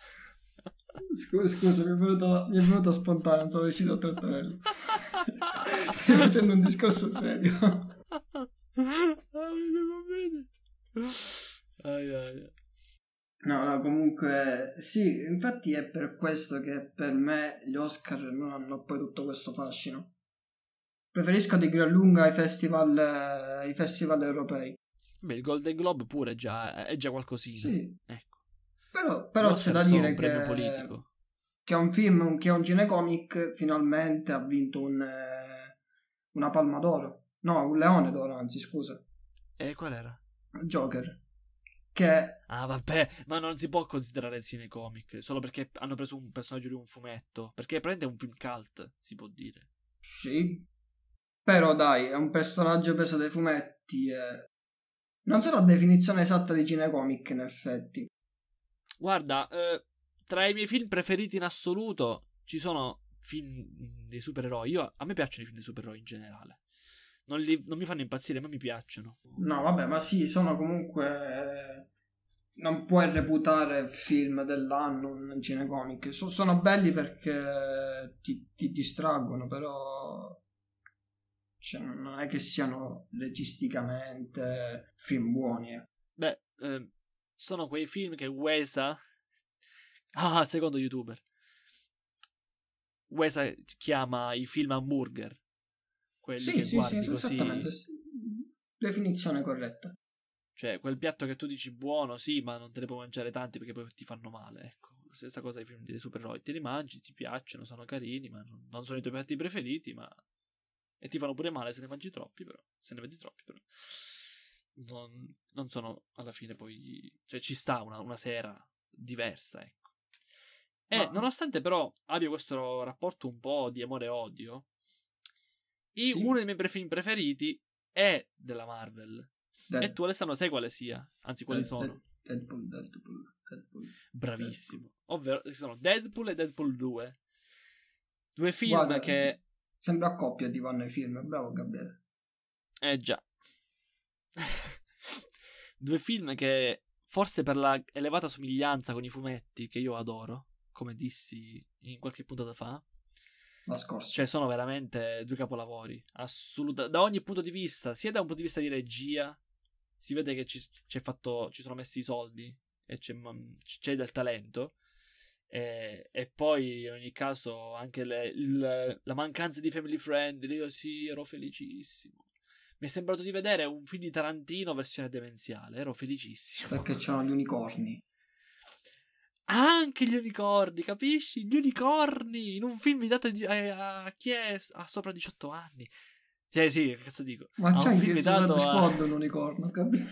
Scusa, mi è venuto spontaneo, non sono riuscito a trattarlo. Stai facendo un discorso serio. No, comunque sì, infatti è per questo che per me gli Oscar non hanno poi tutto questo fascino. Preferisco di gran lunga i festival europei. Beh, il Golden Globe pure è già qualcosina. Sì. Ecco. Però c'è da dire premio politico. Che è un film, che è un cinecomic, finalmente ha vinto una Palma d'Oro. No, un Leone d'Oro, anzi, scusa. E qual era? Joker. che Ah, vabbè, ma non si può considerare cinecomic solo perché hanno preso un personaggio di un fumetto. Perché prende un film cult, si può dire. sì, però dai, è un personaggio preso dai fumetti e non so la definizione esatta di cinecomic in effetti. Guarda, tra i miei film preferiti in assoluto ci sono film dei supereroi. A me piacciono i film dei supereroi in generale. Non mi fanno impazzire, ma mi piacciono. No, vabbè, ma sì, sono comunque non puoi reputare film dell'anno un cinecomic. Sono belli perché ti distraggono, però cioè, non è che siano registicamente film buoni. Beh, sono quei film che Wesa. Ah, secondo YouTuber. Wesa chiama i film hamburger. Quelli Sì, che sì, sì, guardi esattamente. così. Definizione corretta. Cioè, quel piatto che tu dici buono, sì, ma non te ne puoi mangiare tanti perché poi ti fanno male. Ecco, stessa cosa ai film dei supereroi. Te li mangi, ti piacciono, sono carini, ma non sono i tuoi piatti preferiti, ma... E ti fanno pure male se ne mangi troppi, però. Se ne vedi troppi, però. Non sono, alla fine, poi... Cioè, ci sta una sera diversa, ecco. E, Ma nonostante però abbia questo rapporto un po' di amore e odio, uno sì, dei miei film preferiti è della Marvel. E Dead, tu, Alessandro, sai quale sia? Anzi, quali sono? Deadpool. Bravissimo. Ovvero, sono Deadpool e Deadpool 2. Due film Guarda, che... sembra a coppia ti vanno i film. Bravo Gabriele. Già. Due film che, forse per la elevata somiglianza con i fumetti, che io adoro, come dissi in qualche puntata fa, La scorsa. cioè sono veramente due capolavori. Assoluta. Da ogni punto di vista, sia da un punto di vista di regia, si vede che ci sono messi i soldi e c'è del talento. E poi in ogni caso anche la mancanza di family friendly, io sì, ero felicissimo. Mi è sembrato di vedere un film di Tarantino versione demenziale, ero felicissimo. Perché c'erano gli unicorni. Anche gli unicorni, capisci? Gli unicorni in un film vietato a chi ha sopra 18 anni. Cioè, sì, che cazzo dico? Ma A c'è un anche film il Suicide vietato a... Squad un unicorno, capito?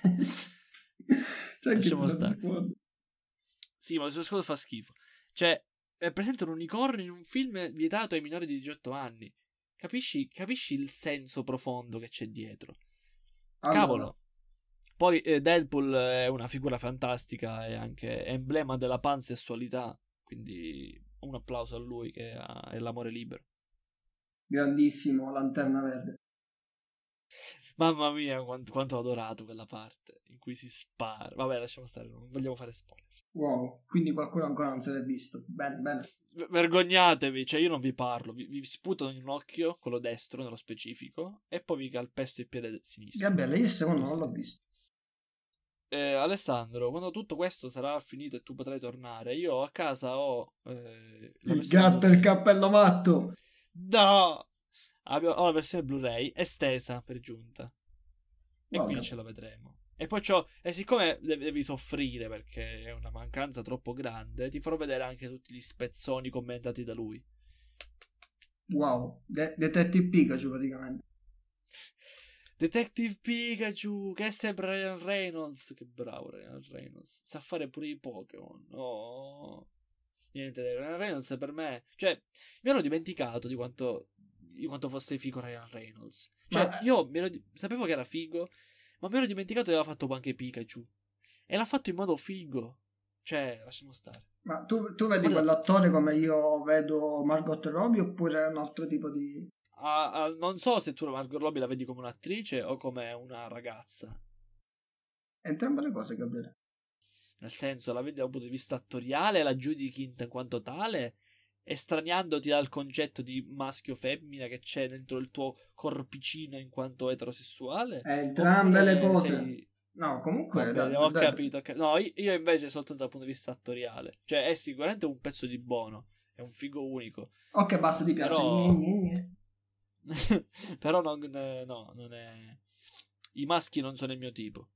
C'è anche il Lasciamo Suicide stare. Squad. Sì, ma questo fa schifo. Cioè, è presente un unicorno in un film vietato ai minori di 18 anni. Capisci il senso profondo che c'è dietro? Allora, Cavolo. Poi Deadpool è una figura fantastica e anche emblema della pansessualità. Quindi un applauso a lui che è l'amore libero. grandissimo, Lanterna Verde. Mamma mia, quanto ho adorato quella parte in cui si spara. Vabbè, lasciamo stare, non vogliamo fare spoiler. Wow, quindi qualcuno ancora non se l'è visto. Bene, bene. Vergognatevi, cioè io non vi parlo, vi sputo in un occhio, quello destro nello specifico, e poi vi calpesto il piede sinistro. Gabriele, io il secondo non Così. l'ho visto. Alessandro, quando tutto questo sarà finito e tu potrai tornare, io a casa ho la Il versione gatto e il Blu-ray. cappello matto. No! Ho la versione Blu-ray estesa per giunta. E Wow, quindi ce la vedremo. E poi e siccome devi soffrire perché è una mancanza troppo grande, ti farò vedere anche tutti gli spezzoni commentati da lui. wow. Detective Pikachu praticamente. Detective Pikachu, che è sempre Ryan Reynolds. Che bravo Ryan Reynolds. Sa fare pure i Pokémon. Oh. Niente, Ryan Reynolds per me... Cioè, mi ero dimenticato di quanto fosse figo Ryan Reynolds. Ma, Cioè, io sapevo che era figo, ma mi ero dimenticato che aveva fatto anche Pikachu. E l'ha fatto in modo figo. Cioè, lasciamo stare. ma tu vedi Guarda, quell'attore come io vedo Margot Robbie oppure un altro tipo di... non so se tu Margot Robbie la vedi come un'attrice o come una ragazza. Entrambe le cose, Gabriele. Nel senso, la vedi da un punto di vista attoriale, la giudichi in quanto tale, estraniandoti dal concetto di maschio-femmina che c'è dentro il tuo corpicino in quanto eterosessuale? Entrambe le Oppure cose. sei... No, Va comunque... bene, ho capito. No, io invece soltanto dal punto di vista attoriale. Cioè, è sicuramente un pezzo di buono, è un figo unico. Ok, basta, ti piace. Gne, Però... gne, gne. Però no, non è... I maschi non sono il mio tipo.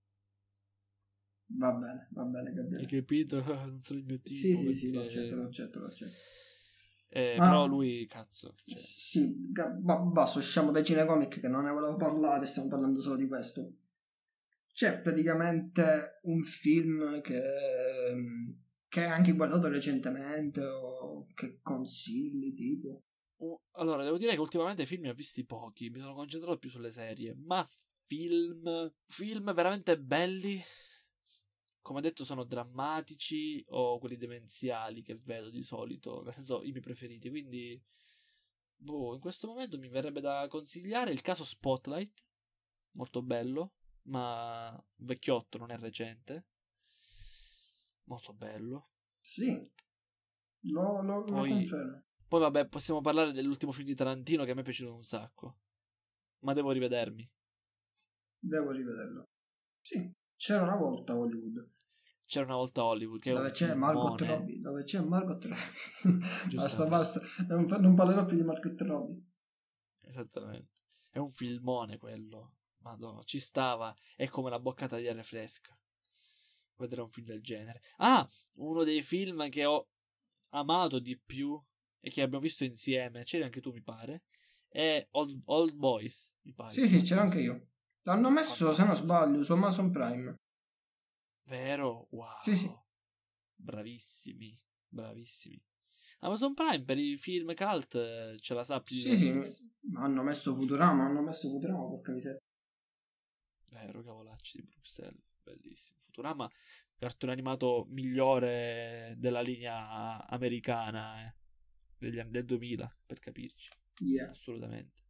Va bene, Hai Gabriele. capito? Non sono il mio Sì, tipo sì, sì, lo perché... accetto, lo accetto, lo accetto. Però Ma lui, cazzo, cioè... sì, basta, usciamo dai cinecomic che non ne volevo parlare, stiamo parlando solo di questo. c'è praticamente un film che hai anche guardato recentemente o che consigli, tipo? Allora, devo dire che ultimamente film ne ho visti pochi, mi sono concentrato più sulle serie, ma film veramente belli, come detto, sono drammatici o quelli demenziali che vedo di solito, nel senso i miei preferiti, quindi in questo momento mi verrebbe da consigliare il caso Spotlight, molto bello, ma vecchiotto, non è recente, molto bello. Sì, lo Poi, confermo. poi vabbè, possiamo parlare dell'ultimo film di Tarantino che a me è piaciuto un sacco, ma devo rivedermi. Devo rivederlo. Sì, c'era una volta a Hollywood. C'era una volta Hollywood, che è Dove un c'è Margot filmone, Robbie? Dove c'è Margot Robbie? Basta, giustamente, basta. Non parlerò più di Margot Robbie. esattamente. È un filmone quello, madonna, ci stava, è come la boccata di aria fresca vedere un film del genere. Ah, uno dei film che ho amato di più e che abbiamo visto insieme, c'eri anche tu mi pare, è Old Boys, mi pare Sì, si sì, chiami c'ero anche così. io. L'hanno messo, se non Fantastico. sbaglio, su Amazon Prime. Vero? Sì, sì. Wow. Bravissimi, bravissimi. Amazon Prime per i film cult ce la sa più di Sì, sì. Netflix. Hanno messo Futurama, porca miseria. Vero, cavolacci di Bruxelles, bellissimo. Futurama, cartone animato migliore della linea americana, del 2000, per capirci. Yeah. Assolutamente.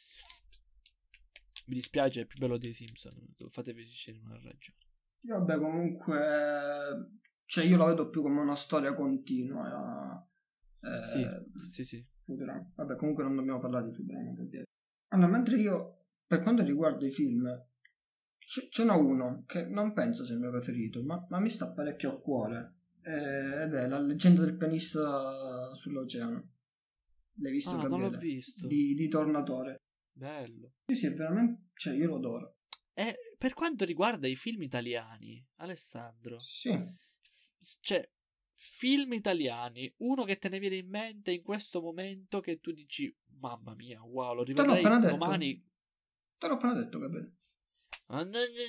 Mi dispiace, è più bello dei Simpson. Fatevi in una ragione. Vabbè, comunque, cioè io la vedo più come una storia continua. Sì, Eh, sì, sì. Futurama. Vabbè, comunque non dobbiamo parlare di Futurama per dire. Allora, mentre io, per quanto riguarda i film, ce n'ho uno che non penso sia il mio preferito, ma mi sta parecchio a cuore. Ed è La leggenda del pianista sull'oceano. L'hai visto, Ah, non l'ho Gabriele? visto. Di Tornatore. Bello. Sì, sì, è veramente, cioè io lo adoro. E per quanto riguarda i film italiani, Alessandro, Sì. cioè, film italiani, uno che te ne viene in mente in questo momento che tu dici, mamma mia, wow, lo Te l'ho rivedrei appena detto. domani. Te l'ho appena detto, Gabriele. Ah,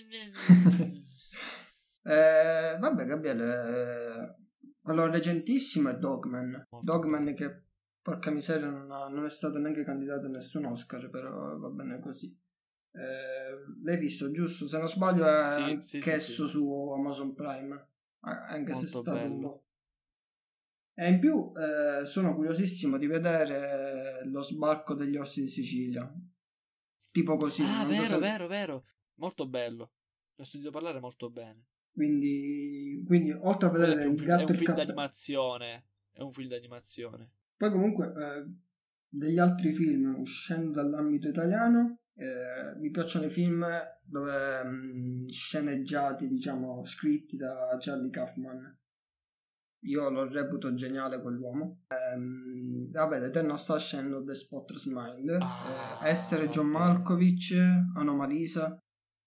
Vabbè, Gabriele, allora recentissimo è Dogman. molto Dogman bello. che, porca miseria, non è stato neanche candidato a nessun Oscar, però va bene così. L'hai visto, giusto? Se non sbaglio è Sì, sì, sì, sì, anch'esso su Amazon Prime, anche se è molto stato un bello. po'. E in più sono curiosissimo di vedere lo sbarco degli orsi di Sicilia. Tipo così, Ah, non so vero, se... vero, vero. Molto bello. Ne ho sentito parlare molto bene. Quindi oltre a Quello è vedere più un il film, è gatto un e il film cappello, d'animazione. È un film d'animazione. poi comunque degli altri film uscendo dall'ambito italiano, mi piacciono i film dove sceneggiati, diciamo, scritti da Charlie Kaufman. Io lo reputo geniale quell'uomo. Vabbè, The Eternal Sunshine of the Spotless Mind, Ah, Essere John vabbè. Malkovich, Anomalisa.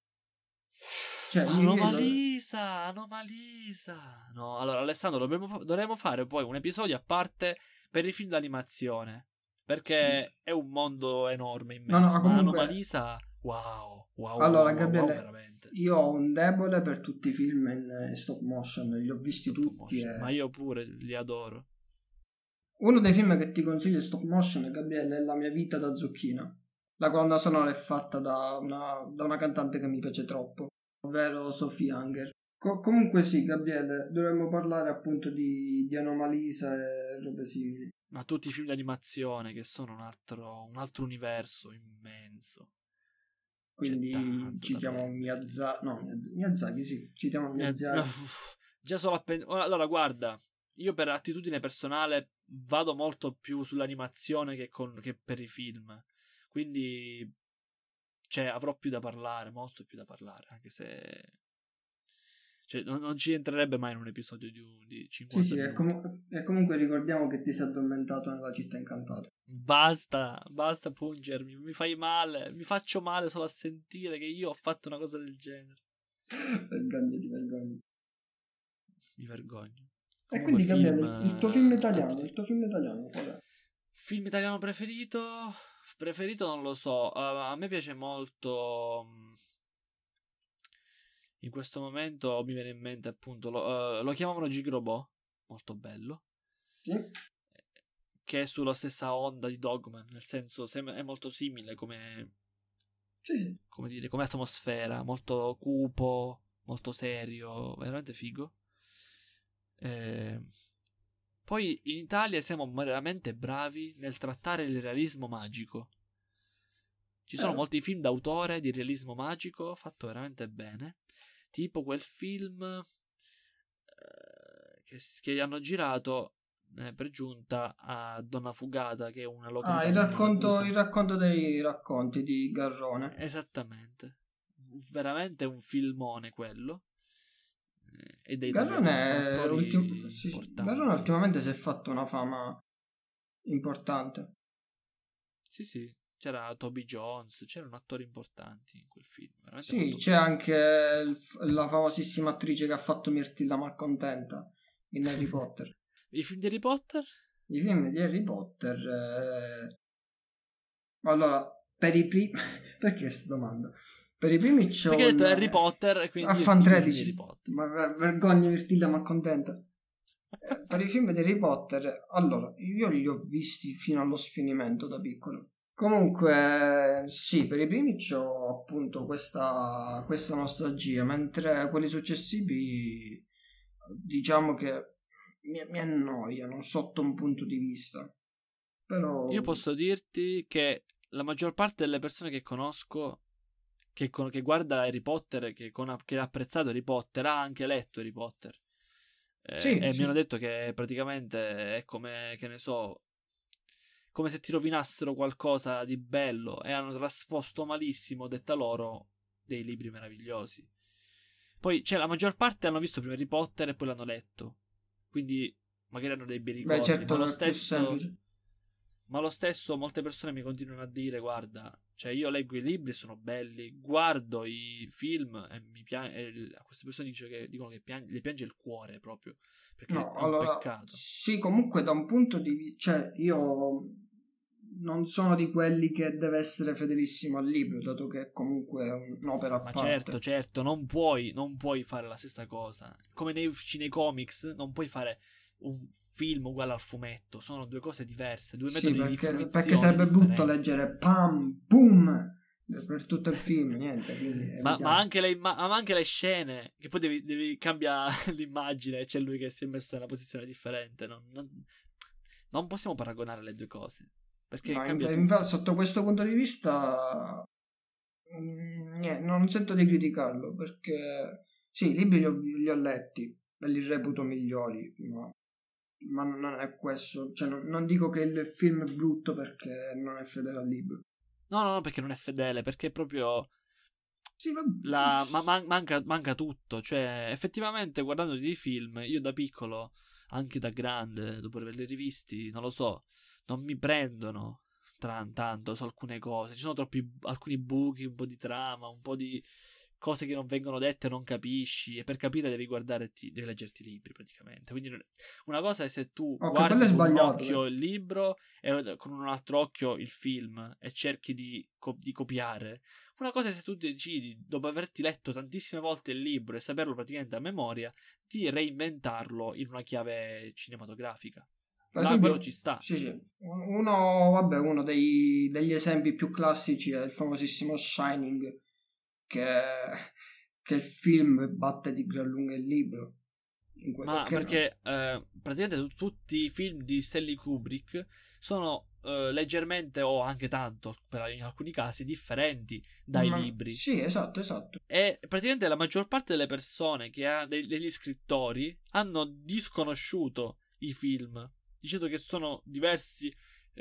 Cioè, Anomalisa, Anomalisa. No, allora Alessandro, dovremmo fare poi un episodio a parte per i film d'animazione. sì, sì. Perché è un mondo enorme, No, no, immenso. ma Ma comunque, Anomalisa, wow, wow, wow, allora wow, wow, wow, Gabriele, veramente. io ho un debole per tutti i film in stop motion, li ho visti Stop tutti motion. Ma e... io pure li adoro. Uno dei film che ti consiglio in stop motion, Gabriele, è La mia vita da zucchina. La colonna sonora è fatta da una cantante che mi piace troppo, ovvero Sophie Hunger. Comunque sì, Gabriele, dovremmo parlare appunto di Anomalisa e robe simili. Ma tutti i film d'animazione che sono un altro universo immenso. C'è Quindi tanto da citiamo prendere lì. Miyazaki, no, Miyazaki sì, citiamo Miyazaki. Già solo allora, guarda, io per attitudine personale vado molto più sull'animazione che per i film. Quindi, cioè, avrò più da parlare, molto più da parlare, anche se... Cioè, non ci entrerebbe mai in un episodio di Sì, 50 sì, minuti. e comunque ricordiamo che ti sei addormentato nella città incantata. Basta, basta pungermi, mi fai male, mi faccio male solo a sentire che io ho fatto una cosa del genere. Vergognati, vergognati. Mi vergogno. E Comunque quindi film, Gabriele, il tuo film italiano, altri il tuo film italiano qual è? film italiano preferito? Preferito non lo so. A me piace molto in questo momento mi viene in mente appunto lo chiamavano Gigrobot, molto bello, Sì. che è sulla stessa onda di Dogman, nel senso è molto simile come, Sì. come dire, come atmosfera, molto cupo, molto serio, veramente figo. Poi in Italia siamo veramente bravi nel trattare il realismo magico. Ci sono molti film d'autore di realismo magico fatto veramente bene, tipo quel film che hanno girato per giunta a Donna Fugata, che è una località vicino a Ragusa. Il racconto dei racconti di Garrone. Esattamente, veramente un filmone quello. E dei Garrone, attori Garrone importanti. ultimamente si è fatto una fama importante. Sì, c'era Toby Jones, c'erano attori importanti in quel film, veramente Sì, molto c'è bello. anche la famosissima attrice che ha fatto Mirtilla Malcontenta in Harry Potter. I film di Harry Potter? I film di Harry Potter. Allora, per i primi. Perché questa domanda? Per i primi c'ho Perché hai detto un. Harry Potter e A quindi io fan dico i film di Harry 13. Potter. Ma vergogna Mirtilla Malcontenta. Per i film di Harry Potter, allora, io li ho visti fino allo sfinimento da piccolo. Comunque, sì, per i primi c'ho appunto questa nostalgia, mentre quelli successivi, diciamo che mi annoiano sotto un punto di vista. Però, Io posso dirti che la maggior parte delle persone che conosco che guarda Harry Potter, che ha apprezzato Harry Potter, ha anche letto Harry Potter. sì, E mi hanno sì, detto che praticamente è come, che ne so, come se ti rovinassero qualcosa di bello e hanno trasposto malissimo, detta loro, dei libri meravigliosi. Poi, cioè, la maggior parte hanno visto prima Harry Potter e poi l'hanno letto. Quindi magari hanno dei bei beh, ricordi, certo è più semplice. ma lo stesso molte persone mi continuano a dire, guarda, cioè io leggo i libri, sono belli, guardo i film e a queste persone dicono che gli piange il cuore proprio, perché No, è un allora, peccato. sì, comunque da un punto di vista, cioè io non sono di quelli che deve essere fedelissimo al libro, dato che comunque è un'opera a Ma parte. certo, non puoi fare la stessa cosa. Come nei cinecomics, non puoi fare un film uguale al fumetto, sono due cose diverse, due Sì, metodi di perché fruizione sarebbe brutto differenti. leggere pam, boom per tutto il film, niente, quindi Ma evitiamo. anche le scene, che poi devi cambiare l'immagine, c'è lui che si è messo in una posizione differente. Non possiamo paragonare le due cose, perché No, cambia tutto. sotto questo punto di vista, non sento di criticarlo, perché sì, i libri li ho letti e li reputo migliori, ma non è questo, cioè non dico che il film è brutto perché non è fedele al libro. No, perché non è fedele, perché proprio Sì, manca tutto. Cioè, effettivamente, guardando i film, io da piccolo, anche da grande, dopo averli rivisti, non lo so, non mi prendono tanto su alcune cose. Ci sono alcuni buchi, un po' di trama, un po' di cose che non vengono dette, non capisci. E per capire devi leggerti i libri, praticamente. Quindi, una cosa è se tu ok, quello è guardi con un sbagliato, occhio il libro e con un altro occhio il film e cerchi di copiare. Una cosa è se tu decidi, dopo averti letto tantissime volte il libro e saperlo praticamente a memoria, di reinventarlo in una chiave cinematografica. Per Là quello esempio, ci sta. sì, sì. Vabbè, uno degli esempi più classici è il famosissimo Shining, che, che il film batte di gran lunga il libro. Ma Che no. perché praticamente tutti i film di Stanley Kubrick sono leggermente o anche tanto, in alcuni casi, differenti dai libri. Sì, esatto, esatto. E praticamente la maggior parte delle persone che ha degli scrittori hanno disconosciuto i film, dicendo che sono diversi,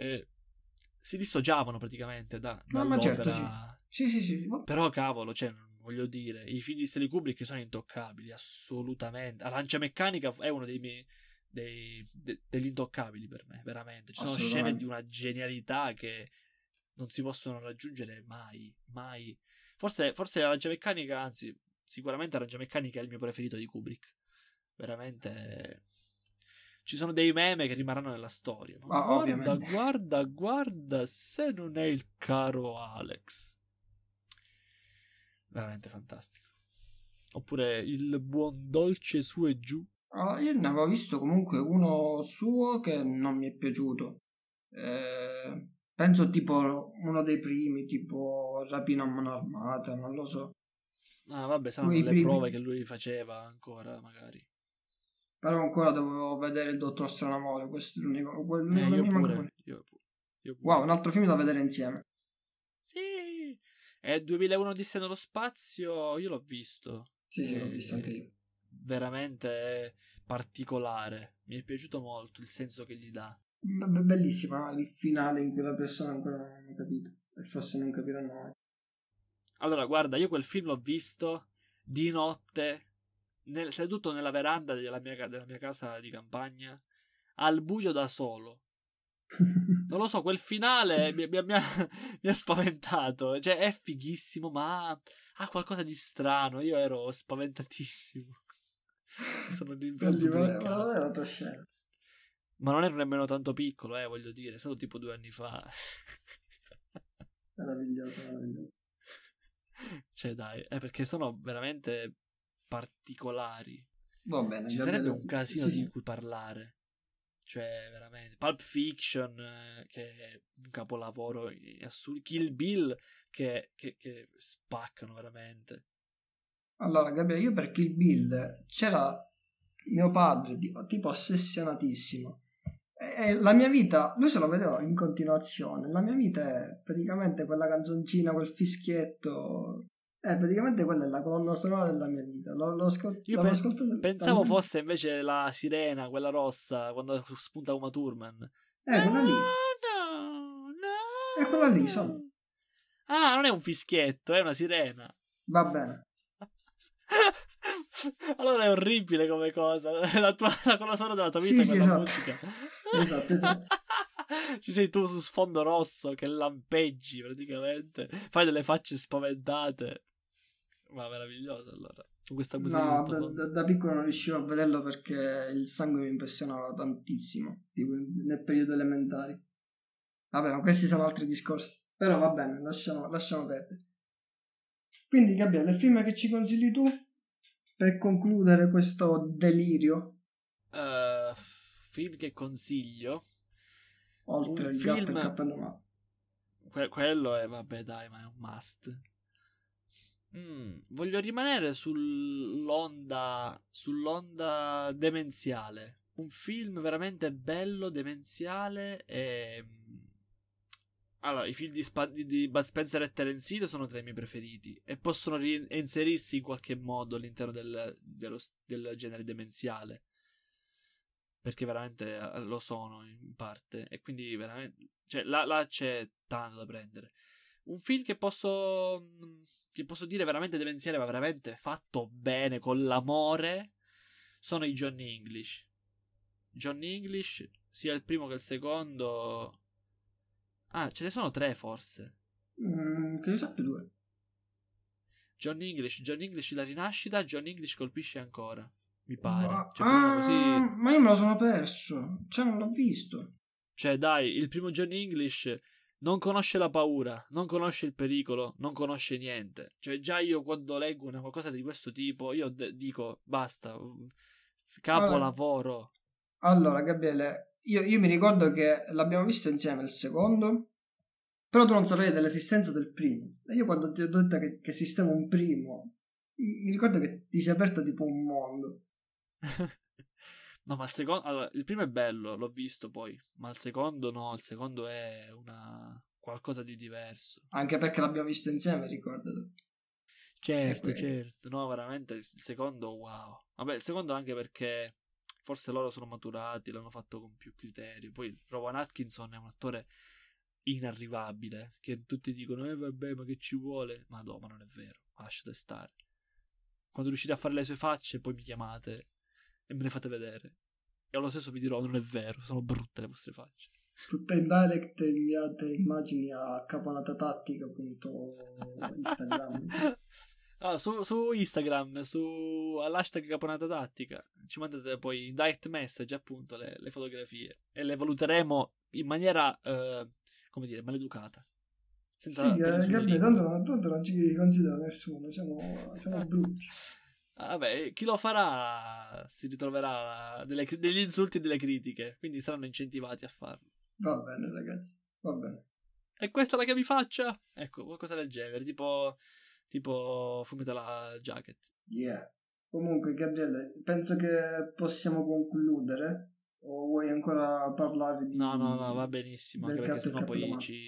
si dissociavano praticamente No, ma certo, sì. dall'opera. Sì, sì, sì. Però cavolo, cioè, voglio dire, i film di Stanley Kubrick sono intoccabili, assolutamente. Arancia Meccanica è uno dei miei degli intoccabili per me, veramente. Ci sono scene di Assolutamente. una genialità che non si possono raggiungere mai, mai. Forse Arancia Meccanica, anzi, sicuramente Arancia Meccanica è il mio preferito di Kubrick. Veramente. Ci sono dei meme che rimarranno nella storia. Ma Ah, guarda, ovviamente. guarda se non è il caro Alex. Veramente fantastico. Oppure Il buon dolce su e giù. Io ne avevo visto comunque uno suo che non mi è piaciuto. Penso tipo uno dei primi, tipo Rapina a mano armata, non lo so. Ah, vabbè, saranno Quei le primi. prove che lui faceva ancora, magari. Però ancora dovevo vedere il Dottor Stranamore, questo è l'unico. Non Io mi manca quello. pure. Io Wow, pure. un altro film da vedere insieme. Sì! È 2001 Odissea nello spazio, io l'ho visto. Sì, l'ho visto anche io. Veramente particolare. Mi è piaciuto molto il senso che gli dà. Bellissima il finale in cui la persona ancora non hanno capito. E forse non capiranno mai. Allora, guarda, io quel film l'ho visto di notte, seduto nella veranda della mia casa di campagna, al buio da solo. Non lo so, quel finale mi ha spaventato. Cioè, è fighissimo, ma ha qualcosa di strano. Io ero spaventatissimo. Mi sono rinferzo pure in Ma casa. è la tua scena. Ma non ero nemmeno tanto piccolo, voglio dire. È stato tipo 2 anni fa. Meraviglioso, meraviglioso. Cioè, dai, è perché sono veramente particolari. Va bene, Ci sarebbe un casino di cui parlare. Cioè, veramente. Pulp Fiction, che è un capolavoro assurdo. Kill Bill, che spaccano veramente. Allora, Gabriele, io per Kill Bill c'era mio padre, tipo ossessionatissimo. E la mia vita, lui se lo vedeva in continuazione. La mia vita è praticamente quella canzoncina, quel fischietto. Praticamente quella è la colonna sonora della mia vita. Io L'avevo ascoltato pensavo talmente. fosse invece la sirena, quella rossa, quando spunta Uma Thurman. Quella lì. No, È quella lì, sono. no. Ah, non è un fischietto, è una sirena. Va bene. Allora è orribile come cosa. La colonna sonora della tua vita Sì, è quella esatto. musica. Esatto. Ci sei tu su sfondo rosso che lampeggi praticamente. Fai delle facce spaventate. Ma meraviglioso allora. Con questa musica di No, sottofondo. da piccolo non riuscivo a vederlo perché il sangue mi impressionava tantissimo, tipo nel periodo elementare. Vabbè, ma questi sono altri discorsi. Però va bene, lasciamo perdere. Quindi, Gabriele, il film che ci consigli tu per concludere questo delirio, Film che consiglio. oltre Un il gatto e il film. cappello ma. Quello è, vabbè, dai, ma è un must. Voglio rimanere sull'onda demenziale. Un film veramente bello, demenziale e... Allora, i film di Bud Spencer e Terence Hill sono tra i miei preferiti e possono inserirsi in qualche modo all'interno del genere demenziale. Perché veramente lo sono in parte. E quindi veramente... Cioè, là c'è tanto da prendere. Un film che posso dire veramente demenziale, ma veramente fatto bene, con l'amore, sono i Johnny English. Johnny English, sia il primo che il secondo. Ah, ce ne sono 3 forse. Che ne sappia due. Johnny English la rinascita, Johnny English colpisce ancora. Mi pare. Ma, Cioè, più o meno così. ma io me lo sono perso. Cioè, non l'ho visto. Cioè, dai, il primo Johnny English non conosce la paura, non conosce il pericolo, non conosce niente. Cioè, già io quando leggo una qualcosa di questo tipo, io dico, basta, capolavoro. Allora, Gabriele, io mi ricordo che l'abbiamo visto insieme il secondo, però tu non sapevi dell'esistenza del primo. E io quando ti ho detto che esisteva un primo, mi ricordo che ti si è aperto tipo un mondo. No, ma il secondo... Allora, il primo è bello, l'ho visto poi, ma il secondo no, il secondo è qualcosa di diverso. Anche perché l'abbiamo visto insieme, ricordati. Certo, certo, no, veramente il secondo, wow. Vabbè, il secondo anche perché forse loro sono maturati, l'hanno fatto con più criterio. Poi Rowan Atkinson è un attore inarrivabile, che tutti dicono, vabbè, ma che ci vuole? Ma no, ma non è vero, ma lasciate stare. Quando riuscite a fare le sue facce, poi mi chiamate e me le fate vedere. E allo stesso vi dirò, non è vero, sono brutte le vostre facce. Tutte in direct inviate immagini a caponatatattica.instagram. No, su Instagram, all'hashtag Caponata Tattica, ci mandate poi in direct message appunto le fotografie e le valuteremo in maniera, come dire, maleducata. Senza Sì, peli sulle Gabriele, lingue. tanto non ci considera nessuno, siamo brutti. Vabbè, chi lo farà si ritroverà degli insulti e delle critiche, quindi saranno incentivati a farlo. Va bene, ragazzi, va bene. E questa è la chiamifaccia? Ecco, qualcosa del genere, tipo Fumetala Jacket. Yeah. Comunque, Gabriele, penso che possiamo concludere. O vuoi ancora parlare No, va benissimo, del anche perché gatto e il sennò poi capodomato?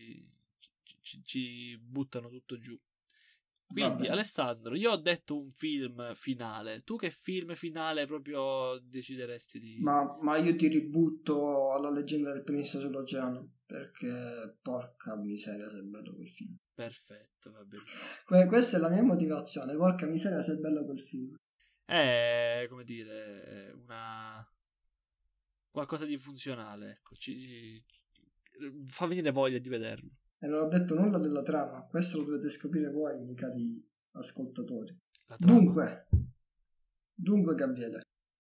ci buttano tutto giù. Va Quindi, bene. Alessandro, io ho detto un film finale. Tu che film finale proprio decideresti di... Ma io ti ributto alla leggenda del pianista sull'oceano, perché porca miseria se è bello quel film. Perfetto, va benissimo. Questa è la mia motivazione, porca miseria se è bello quel film. È, come dire, una... qualcosa di funzionale, ecco. Fa venire voglia di vederlo. E non ho detto nulla della trama, questo lo dovete scoprire voi, miei cari ascoltatori. La trama? Dunque Gabriele.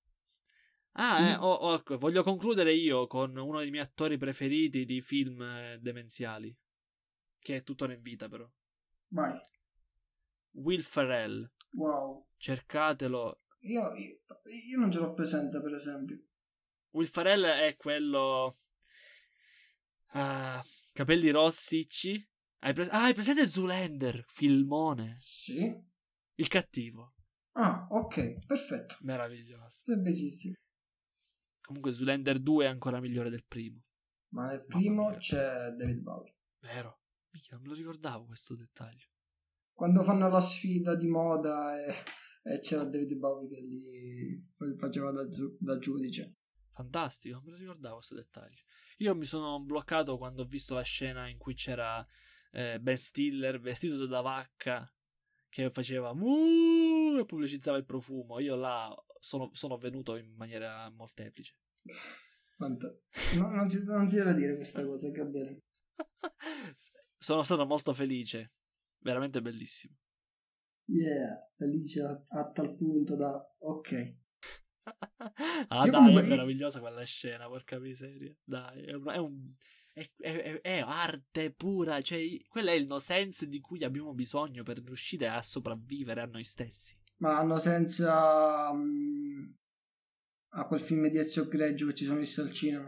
Ecco, voglio concludere io con uno dei miei attori preferiti di film demenziali, che è tuttora in vita però. Vai. Will Ferrell. Wow. Cercatelo. Io non ce l'ho presente, per esempio. Will Ferrell è quello... capelli rossicci. Hai presente Zoolander? Filmone. Sì. Il cattivo. Ah, ok, perfetto. Meraviglioso. Semplicissimo. Comunque Zoolander 2 è ancora migliore del primo. Ma nel Mamma primo mia. c'è David Bowie. Vero? Mica, non me lo ricordavo questo dettaglio. Quando fanno la sfida di moda e c'era David Bowie che lì faceva da giudice. Fantastico, non me lo ricordavo questo dettaglio. Io mi sono bloccato quando ho visto la scena in cui c'era Ben Stiller vestito da vacca che faceva muuu e pubblicizzava il profumo. Io là sono venuto in maniera molteplice. No, non si deve dire questa cosa, Gabriele. Sono stato molto felice, veramente bellissimo. Yeah, felice a tal punto da... Ok. Ah Io dai, comunque... è meravigliosa quella scena, porca miseria. Dai, è arte pura, cioè quello è il no sense di cui abbiamo bisogno per riuscire a sopravvivere a noi stessi. Ma hanno senza... a quel film di Ezio Greggio che ci sono visto al cinema.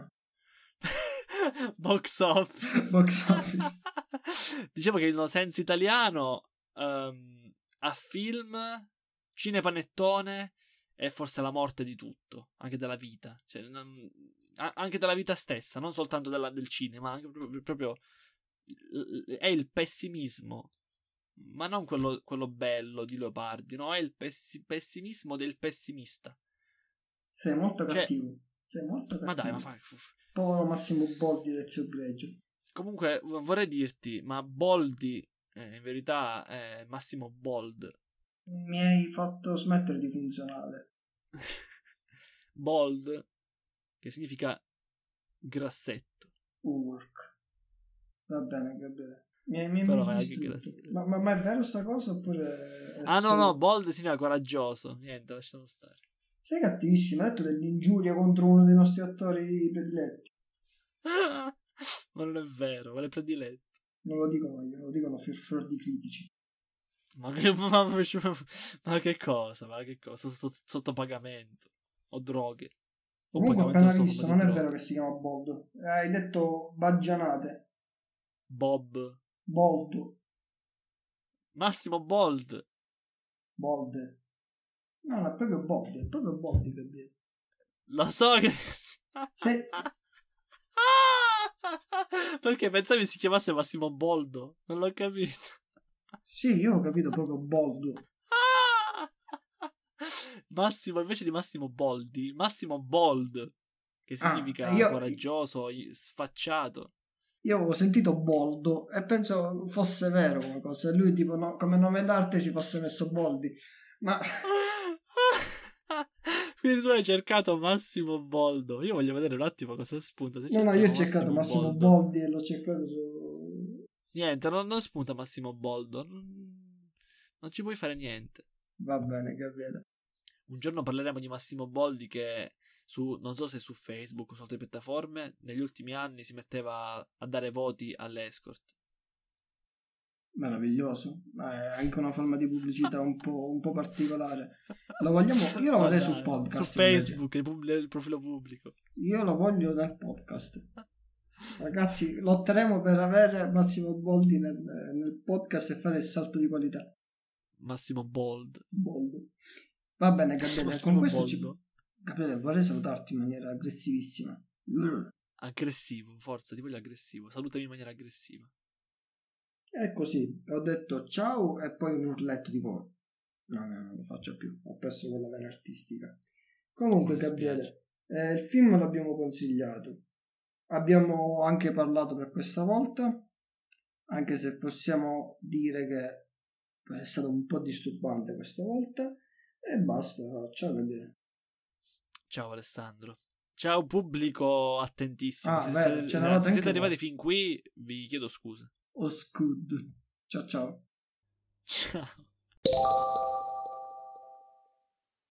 Box office. Box office. Diciamo che il no sense italiano a film, cinepanettone è forse la morte di tutto, anche della vita, cioè, anche della vita stessa, non soltanto del cinema, anche proprio è il pessimismo, ma non quello bello di Leopardi, no? È il pessimismo del pessimista. Sei molto Cioè, cattivo. Sei molto cattivo. ma dai, ma fai... Povero Massimo Boldi di Ezio Greggio. Comunque vorrei dirti, ma Boldi in verità è Massimo Bold. Mi hai fatto smettere di funzionare. Bold, che significa grassetto. Work. Va bene, mi Però hai è anche distrutto. grassetto. Ma è vero sta cosa oppure... No, Bold significa coraggioso. Niente, lasciamo stare. Sei cattivissimo, hai detto dell'ingiuria contro uno dei nostri attori prediletti. Ma non è vero, quale prediletto. Non lo dicono io, lo dicono fior di critici. Ma che cosa? Ma che cosa? Sotto pagamento. O droghe. O Comunque ho pagamento appena sotto visto, forma non di è vero droghe. che si chiama Bold. Hai detto baggianate. Bob. Bold. Massimo Bold. Bold. No, è proprio Bold, è proprio Bold per dire. Lo so che... Se... Perché pensavi si chiamasse Massimo Boldo? Non l'ho capito. Sì, io ho capito proprio Bold. Massimo, invece di Massimo Boldi, Massimo Bold, che significa coraggioso, sfacciato. Io avevo sentito Boldo e penso fosse vero come cosa. E lui tipo no, come nome d'arte si fosse messo Boldi. Ma... Quindi tu hai cercato Massimo Boldo. Io voglio vedere un attimo cosa spunta. Se No, io ho cerchiamo cercato Massimo Boldo. Boldi e l'ho cercato su... Niente, non spunta Massimo Boldo. Non ci puoi fare niente. Va bene, Gabriele. Un giorno parleremo di Massimo Boldi che non so se su Facebook o su altre piattaforme, negli ultimi anni si metteva a dare voti alle escort. Meraviglioso, è anche una forma di pubblicità un po' particolare. Lo vogliamo? Io lo vorrei sul podcast. Su Facebook, il profilo pubblico. Io lo voglio nel podcast. Ragazzi, lotteremo per avere Massimo Boldi nel podcast e fare il salto di qualità. Massimo Bold. Va bene, Gabriele, Massimo con questo Boldo. Gabriele, vorrei salutarti in maniera aggressivissima. Aggressivo, forza, ti voglio aggressivo. Salutami in maniera aggressiva. È così, ho detto ciao e poi un urletto tipo no, non lo faccio più, ho perso quella vena artistica. Comunque, Gabriele, il film l'abbiamo consigliato, abbiamo anche parlato per questa volta, anche se possiamo dire che è stato un po' disturbante questa volta, e basta. Ciao Gabriele. Ciao Alessandro. Ciao pubblico attentissimo. Se siete arrivati fin qui, vi chiedo scusa. Oscud. Ciao ciao. Ciao.